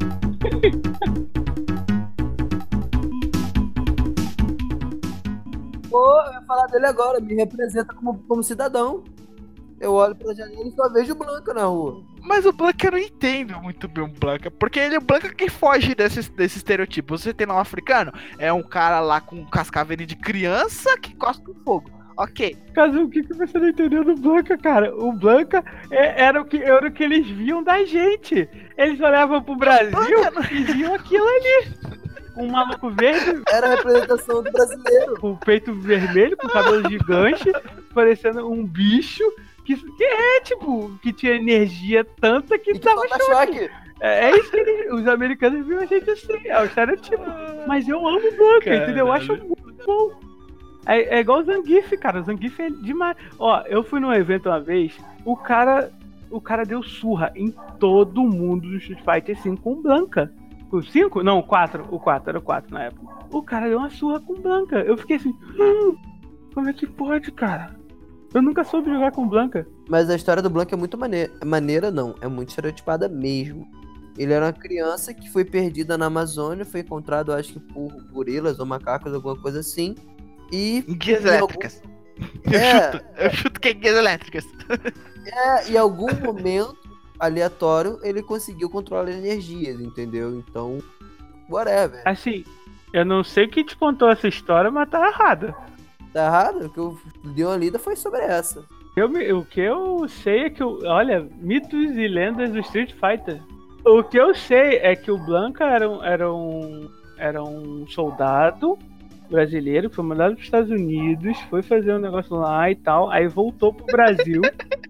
Pô, eu ia falar dele agora. Me representa como, como cidadão. Eu olho pela janela e só vejo o Blanca na rua. Mas o Blanca eu não entendo muito bem o Blanca, porque ele é o Blanca que foge desse, desse estereotipo. Você tem lá um africano, é um cara lá com cascavel de criança que cospe no fogo. Ok. Caso, o que, que você não entendeu do Blanca, cara? O Blanca é, era, o que, era o que eles viam da gente. Eles olhavam pro Brasil não... e viam aquilo ali. Um maluco verde. Era a representação do brasileiro. Com o peito vermelho, com o cabelo gigante, parecendo um bicho. Que, que é, tipo, que tinha energia tanta que, que dava choque. choque. É, é isso que eles, os americanos viram a gente assim, é o estereotipo. Mas eu amo o Blanca, Caralho. Entendeu? Eu acho muito bom. É, é igual o Zangief, cara. O Zangief é demais. Ó, eu fui num evento uma vez, o cara, o cara deu surra em todo mundo do Street Fighter cinco com Blanca. O cinco? Não, o quatro. O quatro, era o quatro na época. O cara deu uma surra com Blanca. Eu fiquei assim, hum, como é que pode, cara? Eu nunca soube jogar com Blanca. Mas a história do Blanca é muito maneira. Maneira não, é muito estereotipada mesmo. Ele era uma criança que foi perdida na Amazônia, foi encontrado, acho que por gorilas ou macacos, alguma coisa assim. E... Guias elétricas. Algum... Eu, é... chuto, eu chuto que é guias elétricas. É, em algum momento aleatório, ele conseguiu controlar energias, entendeu? Então, whatever. Assim, eu não sei quem te contou essa história, mas tá errada. Tá errado? O que eu dei uma lida foi sobre essa. Eu, o que eu sei é que, olha, mitos e lendas do Street Fighter. O que eu sei é que o Blanca era um, era um, era um soldado brasileiro que foi mandado para os Estados Unidos, foi fazer um negócio lá e tal, aí voltou pro Brasil.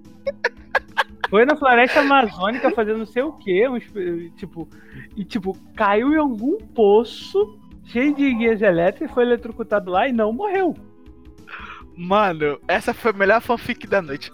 Foi na floresta amazônica fazendo não sei o que, um, tipo, e tipo, caiu em algum poço cheio de guias elétricas, foi eletrocutado lá e não morreu. Mano, essa foi a melhor fanfic da noite.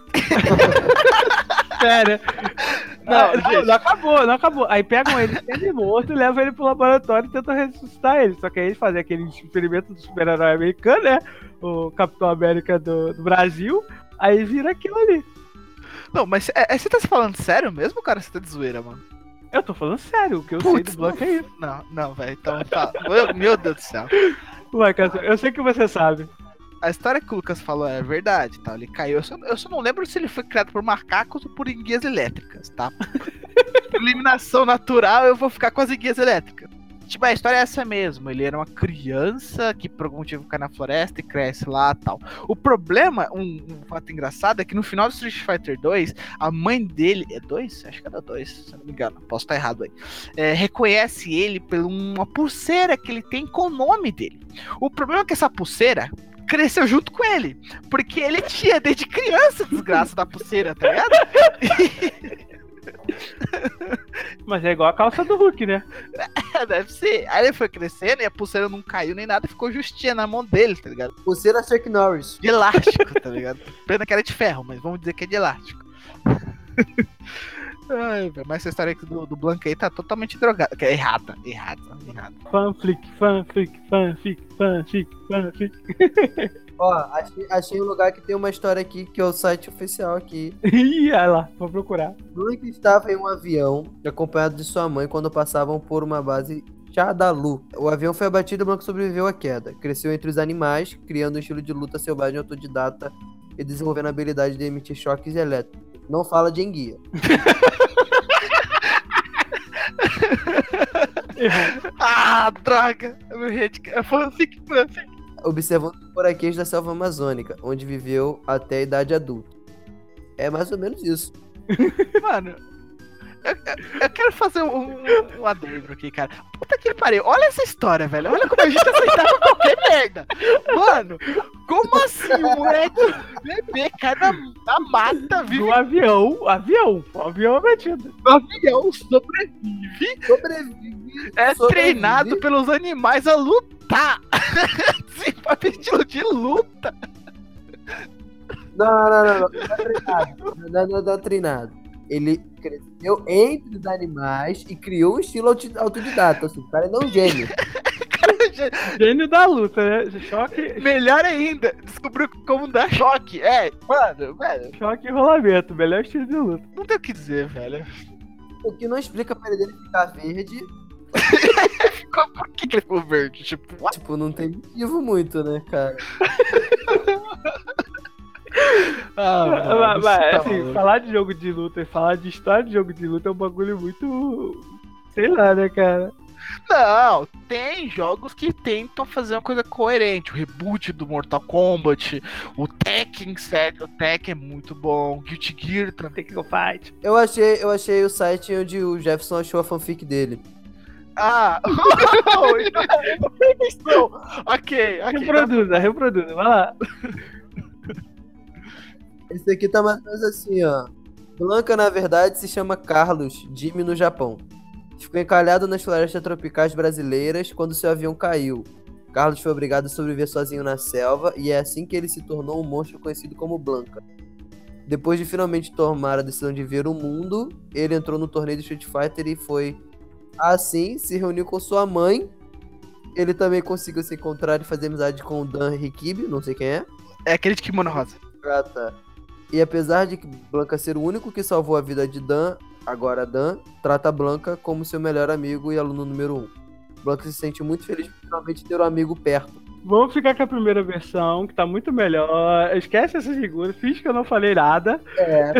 Sério. Não, não, não acabou, não acabou. Aí pegam ele semi-morto e levam ele pro laboratório e tentam ressuscitar ele. Só que aí eles fazem aquele experimento do super-herói americano, né? O Capitão América do, do Brasil. Aí vira aquilo ali. Não, mas é, é, você tá se falando sério mesmo, cara? Você tá de zoeira, mano? Eu tô falando sério, o que eu Putz, sei do Blanca é isso. Não, não, velho. Então tá. Meu, meu Deus do céu. Vai, Cássio, eu sei que você sabe. A história que o Lucas falou é verdade, tá? Ele caiu. Eu só, eu só não lembro se ele foi criado por macacos ou por enguias elétricas, tá? Por eliminação natural, eu vou ficar com as enguias elétricas. Tipo, a história é essa mesmo. Ele era uma criança que por algum motivo cai na floresta e cresce lá e tal. O problema, um, um fato engraçado, é que no final do Street Fighter dois, a mãe dele. É dois? Acho que era dois, se não me engano. Posso estar errado aí. É, reconhece ele por uma pulseira que ele tem com o nome dele. O problema é que essa pulseira cresceu junto com ele, porque ele tinha desde criança desgraça da pulseira, tá ligado? Mas é igual a calça do Hulk, né? Deve ser. Aí ele foi crescendo e a pulseira não caiu nem nada, ficou justinha na mão dele, tá ligado? Pulseira Chuck Norris. De elástico, tá ligado? Pena que era de ferro, mas vamos dizer que é de elástico. Ai, mas essa história aqui do, do Blanca aí tá totalmente drogada. Que é errada, errada, errada. Fanfic, fanfic, fanfic, fanfic, fanfic. Ó, achei, achei um lugar que tem uma história aqui, que é o site oficial aqui. Ih, olha lá, vou procurar. Blanca estava em um avião, acompanhado de sua mãe, quando passavam por uma base Chadalu. O avião foi abatido e Blanca sobreviveu à queda. Cresceu entre os animais, criando um estilo de luta selvagem autodidata e desenvolvendo a habilidade de emitir choques elétricos. Não fala de enguia. Ah, droga! Meu rede é fanfic, fanfic. Observando o buraquês da selva amazônica, onde viveu até a idade adulta. É mais ou menos isso. Mano, eu, eu, eu quero fazer um, um, um adendo aqui, cara. Puta que pariu, olha essa história, velho. Olha como a gente aceitava qualquer merda. Mano, como assim o moleque bebê cai na, na mata, vive Do avião, avião, o avião abatido. no avião, sobrevive, Sobrevive. é sobrevive. treinado pelos animais a lutar. Sim, pra estilo de luta. Não, não, não, não. Não é treinado. Não, não, não é treinado. Ele cresceu entre os animais e criou um estilo auti- autodidata. Assim, o cara não é um gênio. Gênio da luta, né? Choque, Melhor ainda, descobriu como dar choque. É, mano, velho, choque e rolamento, melhor estilo de luta. não tem o que dizer, velho. O que não explica a pele dele ficar verde. Por que, que ele ficou verde? Tipo, what? Tipo, não tem motivo muito, né, cara? Ah, mano, mas, mas, você tá assim, maluco. falar de jogo de luta e falar de história de jogo de luta é um bagulho muito. Sei lá, né, cara? Não, tem jogos que tentam fazer uma coisa coerente. O reboot do Mortal Kombat, o Tekken, sério, o Tekken é muito bom. Guilty Gear também. Tem que go fight. Eu achei, eu achei o site onde o Jefferson achou a fanfic dele. Ah, não. ok, ok. Reproduza, reproduza, vai lá. Esse aqui tá mais ou menos assim, ó. Blanca, na verdade, se chama Carlos, Jimmy no Japão. Ficou encalhado nas florestas tropicais brasileiras quando seu avião caiu. Carlos foi obrigado a sobreviver sozinho na selva e é assim que ele se tornou um monstro conhecido como Blanca. Depois de finalmente tomar a decisão de ver o mundo, ele entrou no torneio de Street Fighter e foi assim, se reuniu com sua mãe. Ele também conseguiu se encontrar e fazer amizade com o Dan Rikibi, não sei quem é. É aquele de kimono rosa. Ah, tá. E apesar de Blanca ser o único que salvou a vida de Dan, agora Dan trata Blanca como seu melhor amigo e aluno número um. Blanca se sente muito feliz por finalmente ter um amigo perto. Vamos ficar com a primeira versão, que tá muito melhor. Esquece essa segunda, finge que eu não falei nada. É.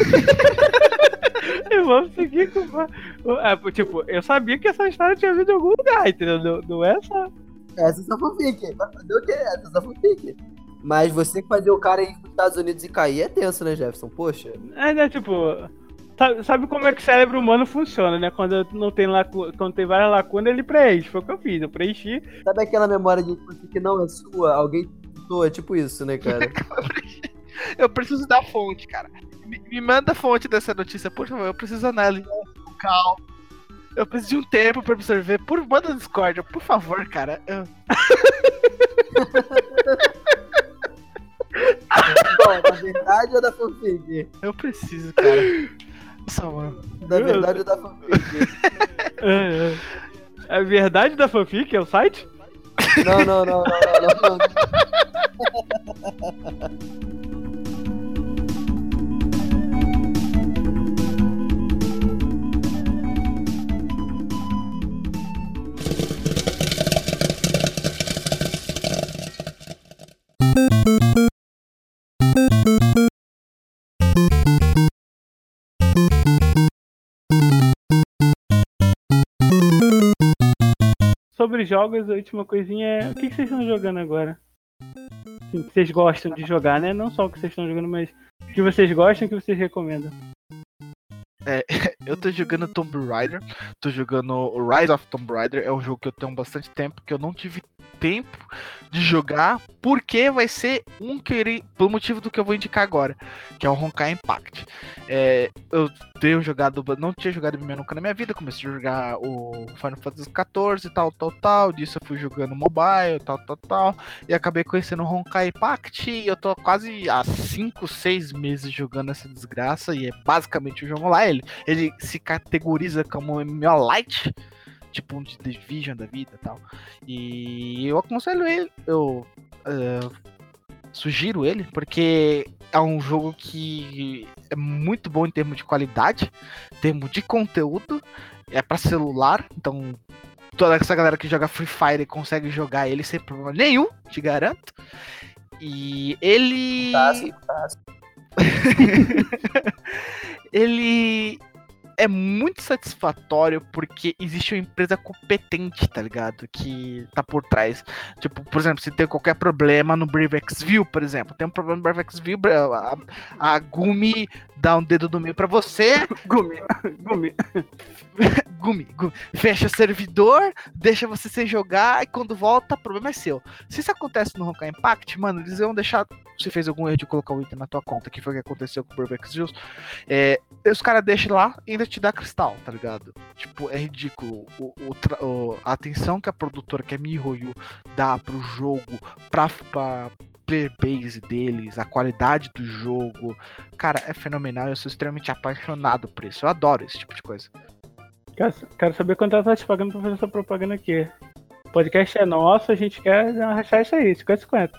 E vamos seguir com. É, tipo, eu sabia que essa história tinha vindo em algum lugar, entendeu? Não, não é só. Essa é só fanfic. Vai fazer o quê? Essa é só fanfic. Mas você que fazer o cara ir pros Estados Unidos e cair é tenso, né, Jefferson? Poxa. É, né, tipo. Sabe, sabe como é que o cérebro humano funciona, né? Quando não tem lacu... quando tem várias lacunas, ele preenche. Foi o que eu fiz, eu preenchi. Sabe aquela memória de fanfic que não é sua? Alguém tentou? É tipo isso, né, cara? Eu preciso da fonte, cara. Me, me manda a fonte dessa notícia, por favor. Eu preciso analisar com calma. Eu preciso de um tempo pra absorver. Por, manda no Discord, por favor, cara. Eu... Bom, da verdade ou da fanfic? Eu preciso, cara. Nossa, mano. Da verdade ou da fanfic? É, é. É verdade da fanfic? É o site? Não, não, não, não, não, não. Sobre jogos, a última coisinha é. O que, que vocês estão jogando agora? Assim, que vocês gostam de jogar, né? Não só o que vocês estão jogando, mas o que vocês gostam e o que vocês recomendam. É, eu tô jogando Tomb Raider, tô jogando o Rise of Tomb Raider, é um jogo que eu tenho bastante tempo, que eu não tive tempo de jogar, porque vai ser um que ele, pelo motivo do que eu vou indicar agora, que é o Honkai Impact. É, eu tenho jogado, não tinha jogado M M O nunca na minha vida, comecei a jogar o Final Fantasy quatorze, tal, tal, tal, disso eu fui jogando mobile, tal, tal, tal, e acabei conhecendo o Honkai Impact, e eu tô quase há cinco, seis meses jogando essa desgraça, e é basicamente o jogo lá, ele, ele se categoriza como M M O Light, tipo um de Division da vida e tal. E eu aconselho ele, eu uh, sugiro ele, porque é um jogo que é muito bom em termos de qualidade, em termos de conteúdo, é para celular, então toda essa galera que joga Free Fire consegue jogar ele sem problema nenhum, te garanto. E ele... Fantástico, fantástico. ele... é muito satisfatório porque existe uma empresa competente, tá ligado? Que tá por trás. Tipo, por exemplo, se tem qualquer problema no BraveXView, por exemplo. Tem um problema no BraveXView, a, a Gumi dá um dedo do meio pra você. Gumi, Gumi. Gumi, Gumi. Fecha o servidor, deixa você sem jogar e quando volta, o problema é seu. Se isso acontece no Honkai Impact, mano, eles vão deixar... Se fez algum erro de colocar o item na tua conta, que foi o que aconteceu com o BraveXView, é, os caras deixam lá e ainda te dá cristal, tá ligado? Tipo, é ridículo o, o, o, a atenção que a produtora, que é MiHoYo, dá pro jogo, pra, pra player base deles, a qualidade do jogo. Cara, é fenomenal, eu sou extremamente apaixonado por isso. Eu adoro esse tipo de coisa. Quero, quero saber quanto ela tá te pagando pra fazer essa propaganda aqui. O podcast é nosso, a gente quer rachar isso aí, cinquenta cinquenta.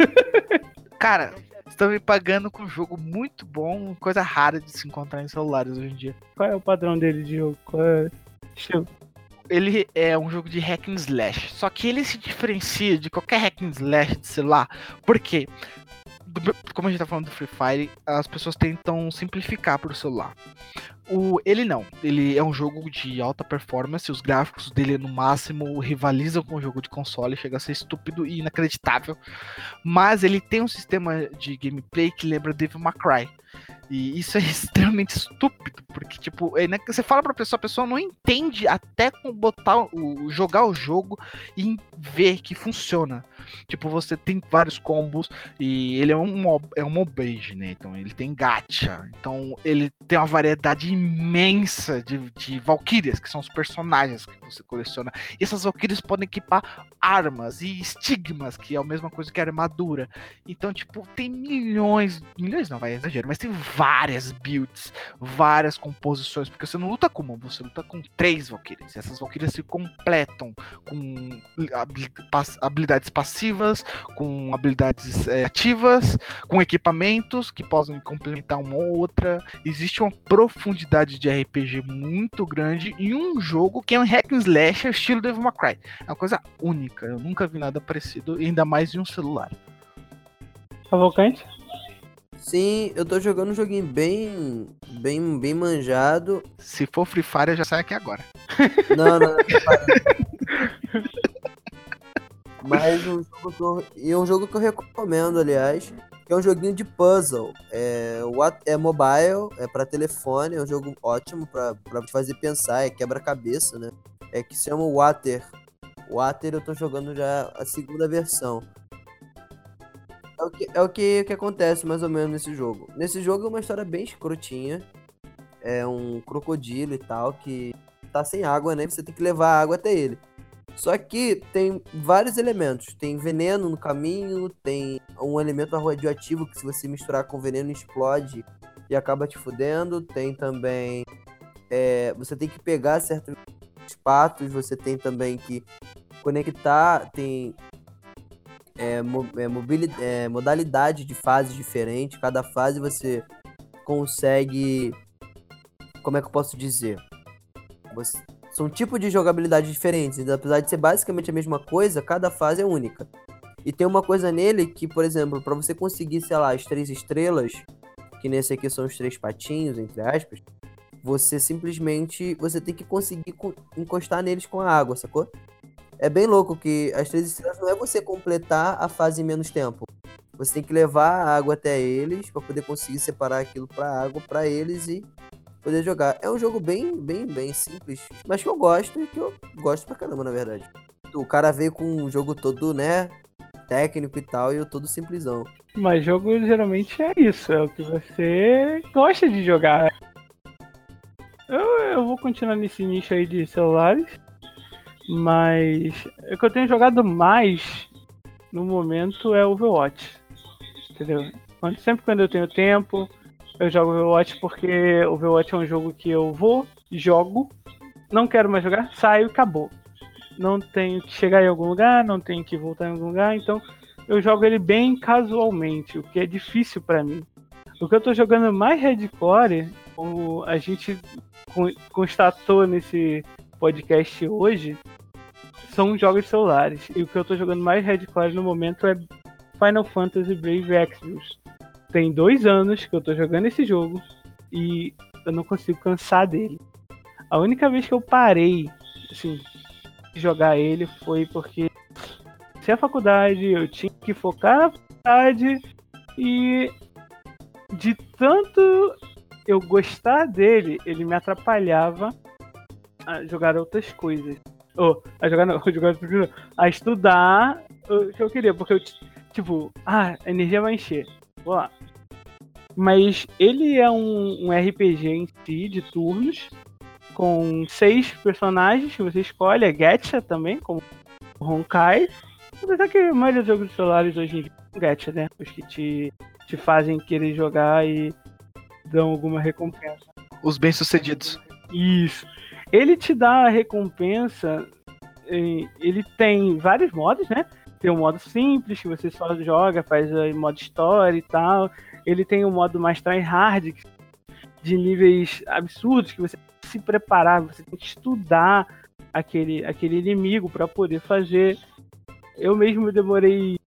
Cara, estão me pagando com um jogo muito bom, coisa rara de se encontrar em celulares hoje em dia. Qual é o padrão dele de jogo? Qual é o estilo? Ele é um jogo de hack and slash, só que ele se diferencia de qualquer hack and slash de celular, porque, como a gente tá falando do Free Fire, as pessoas tentam simplificar pro celular. O, ele não, ele é um jogo de alta performance, os gráficos dele no máximo rivalizam com o jogo de console, chega a ser estúpido e inacreditável, mas ele tem um sistema de gameplay que lembra Devil May Cry. E isso é extremamente estúpido, porque, tipo, é, né, você fala pra pessoa, a pessoa não entende até com botar o, jogar o jogo e ver que funciona. Tipo, você tem vários combos e ele é um mob, é um mobage, né? Então ele tem gacha. Então ele tem uma variedade imensa de, de valquírias, que são os personagens que você coleciona. E essas valquírias podem equipar armas e estigmas, que é a mesma coisa que a armadura. Então, tipo, tem milhões, milhões não, vai exagero, mas tem várias builds, várias composições, porque você não luta com uma, você luta com três valquírias. E essas valquírias se completam com habilidades passivas, com habilidades é, ativas, com equipamentos que possam complementar uma ou outra. Existe uma profundidade de R P G muito grande em um jogo que é um hack and slash estilo Devil May Cry. É uma coisa única, eu nunca vi nada parecido, ainda mais em um celular. Cavalcante? Sim, eu tô jogando um joguinho bem, bem, bem manjado. Se for Free Fire, eu já saio aqui agora. Não, não, não. Mas um jogo que eu, e é um jogo que eu recomendo, aliás, que é um joguinho de puzzle. É, é mobile, é pra telefone, é um jogo ótimo pra, pra te fazer pensar, é quebra-cabeça, né? É que se chama Water. Water eu tô jogando já a segunda versão. É o, que, é o que, que acontece mais ou menos nesse jogo. Nesse jogo é uma história bem escrotinha. É um crocodilo e tal que tá sem água, né? Você tem que levar a água até ele. Só que tem vários elementos. Tem veneno no caminho, tem um elemento radioativo que se você misturar com veneno explode e acaba te fudendo. Tem também... É, você tem que pegar certos patos, você tem também que conectar, tem... É, é, mobilidade, é, modalidade de fases diferentes. Cada fase você consegue... Como é que eu posso dizer? Você, são tipos de jogabilidade diferentes. Apesar de ser basicamente a mesma coisa, cada fase é única. E tem uma coisa nele que, por exemplo, para você conseguir, sei lá, as três estrelas, que nesse aqui são os três patinhos, entre aspas, você simplesmente você tem que conseguir encostar neles com a água, sacou? É bem louco que as três estrelas não é você completar a fase em menos tempo. Você tem que levar a água até eles para poder conseguir separar aquilo para água para eles e poder jogar. É um jogo bem, bem, bem simples, mas que eu gosto e que eu gosto pra caramba, na verdade. O cara veio com o jogo todo, né, técnico e tal, e eu todo simplesão. Mas jogo geralmente é isso, é o que você gosta de jogar. Eu, eu vou continuar nesse nicho aí de celulares, mas o que eu tenho jogado mais no momento é Overwatch, entendeu? Quando, sempre quando eu tenho tempo, eu jogo Overwatch porque Overwatch é um jogo que eu vou, jogo, não quero mais jogar, saio e acabou. Não tenho que chegar em algum lugar, não tenho que voltar em algum lugar, então eu jogo ele bem casualmente, o que é difícil pra mim. O que eu tô jogando mais hardcore, como a gente constatou nesse podcast hoje, são jogos celulares. E o que eu tô jogando mais hardcore no momento é Final Fantasy Brave Exvius. Tem dois anos que eu tô jogando esse jogo e eu não consigo cansar dele. A única vez que eu parei, assim, de jogar ele foi porque se a faculdade, eu tinha que focar na faculdade e de tanto eu gostar dele, ele me atrapalhava a jogar outras coisas. Ou, oh, a jogar não, a, jogar, a estudar o que eu queria, porque eu, tipo, ah, a energia vai encher, vou lá. Mas ele é um, um R P G em si, de turnos, com seis personagens que você escolhe, é Gacha também, como o Honkai. Apesar que a maioria dos jogos de celulares hoje em dia são Gacha, né? Os que te, te fazem querer jogar e dão alguma recompensa. Os bem-sucedidos. Isso. Ele te dá a recompensa, ele tem vários modos, né? Tem um modo simples, que você só joga, faz o modo história e tal. Ele tem um modo mais tryhard, de níveis absurdos, que você tem que se preparar, você tem que estudar aquele, aquele inimigo para poder fazer. Eu mesmo demorei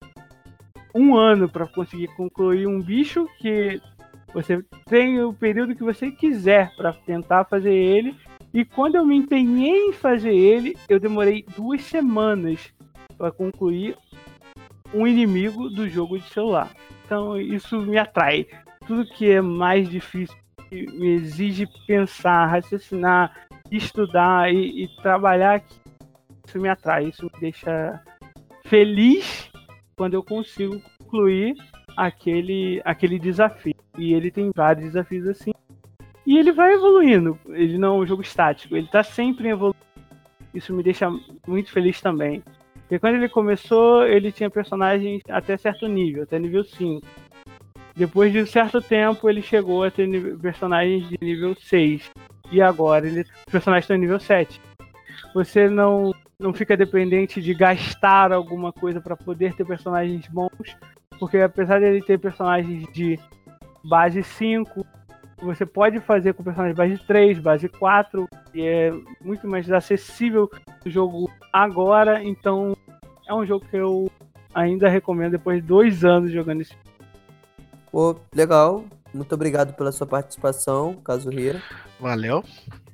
um ano para conseguir concluir um bicho que você tem o período que você quiser para tentar fazer ele. E quando eu me empenhei em fazer ele, eu demorei duas semanas para concluir um inimigo do jogo de celular. Então isso me atrai. Tudo que é mais difícil, que me exige pensar, raciocinar, estudar e, e trabalhar, isso me atrai. Isso me deixa feliz quando eu consigo concluir aquele, aquele desafio. E ele tem vários desafios assim. E ele vai evoluindo. Ele não é um jogo estático. Ele tá sempre evoluindo. Isso me deixa muito feliz também. Porque quando ele começou, ele tinha personagens até certo nível, até nível cinco. Depois de um certo tempo, ele chegou a ter nível, personagens de nível seis. E agora, ele, os personagens estão em nível sete. Você não, não fica dependente de gastar alguma coisa para poder ter personagens bons. Porque apesar de ele ter personagens de base cinco, você pode fazer com personagens base três, base quatro, e é muito mais acessível o jogo agora, então é um jogo que eu ainda recomendo depois de dois anos jogando esse jogo. Pô, legal. Muito obrigado pela sua participação, Kazuhira. Valeu.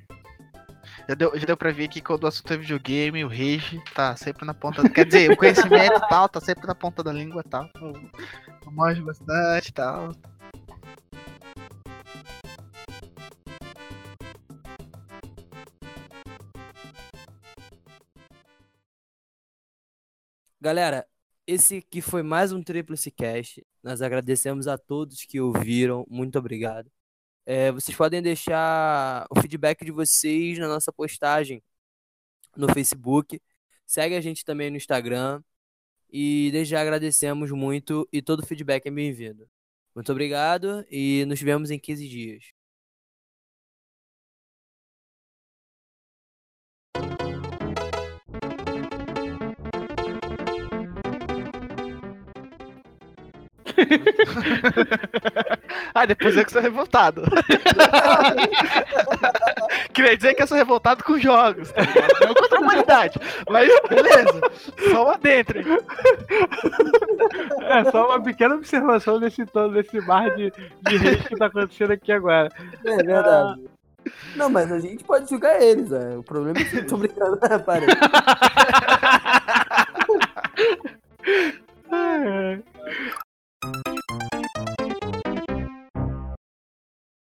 Já deu, já deu pra ver que quando o assunto é videogame, o rage tá sempre na ponta... Quer dizer, o conhecimento e tal, tá sempre na ponta da língua e tal. Eu, eu manjo bastante e tal. Galera, esse aqui foi mais um Tríplice Cast. Nós agradecemos a todos que ouviram. Muito obrigado. É, vocês podem deixar o feedback de vocês na nossa postagem no Facebook. Segue a gente também no Instagram. E desde já agradecemos muito e todo feedback é bem-vindo. Muito obrigado e nos vemos em quinze dias. Ah, depois eu que sou revoltado. Queria dizer que eu sou revoltado com jogos, tá ligado? Não contra a humanidade. Mas beleza, só uma dentro. É só uma pequena observação desse todo, desse mar de, de rage que tá acontecendo aqui agora. É verdade. Ah... Não, mas a gente pode julgar eles, é. O problema é que eu tô brincando, parei.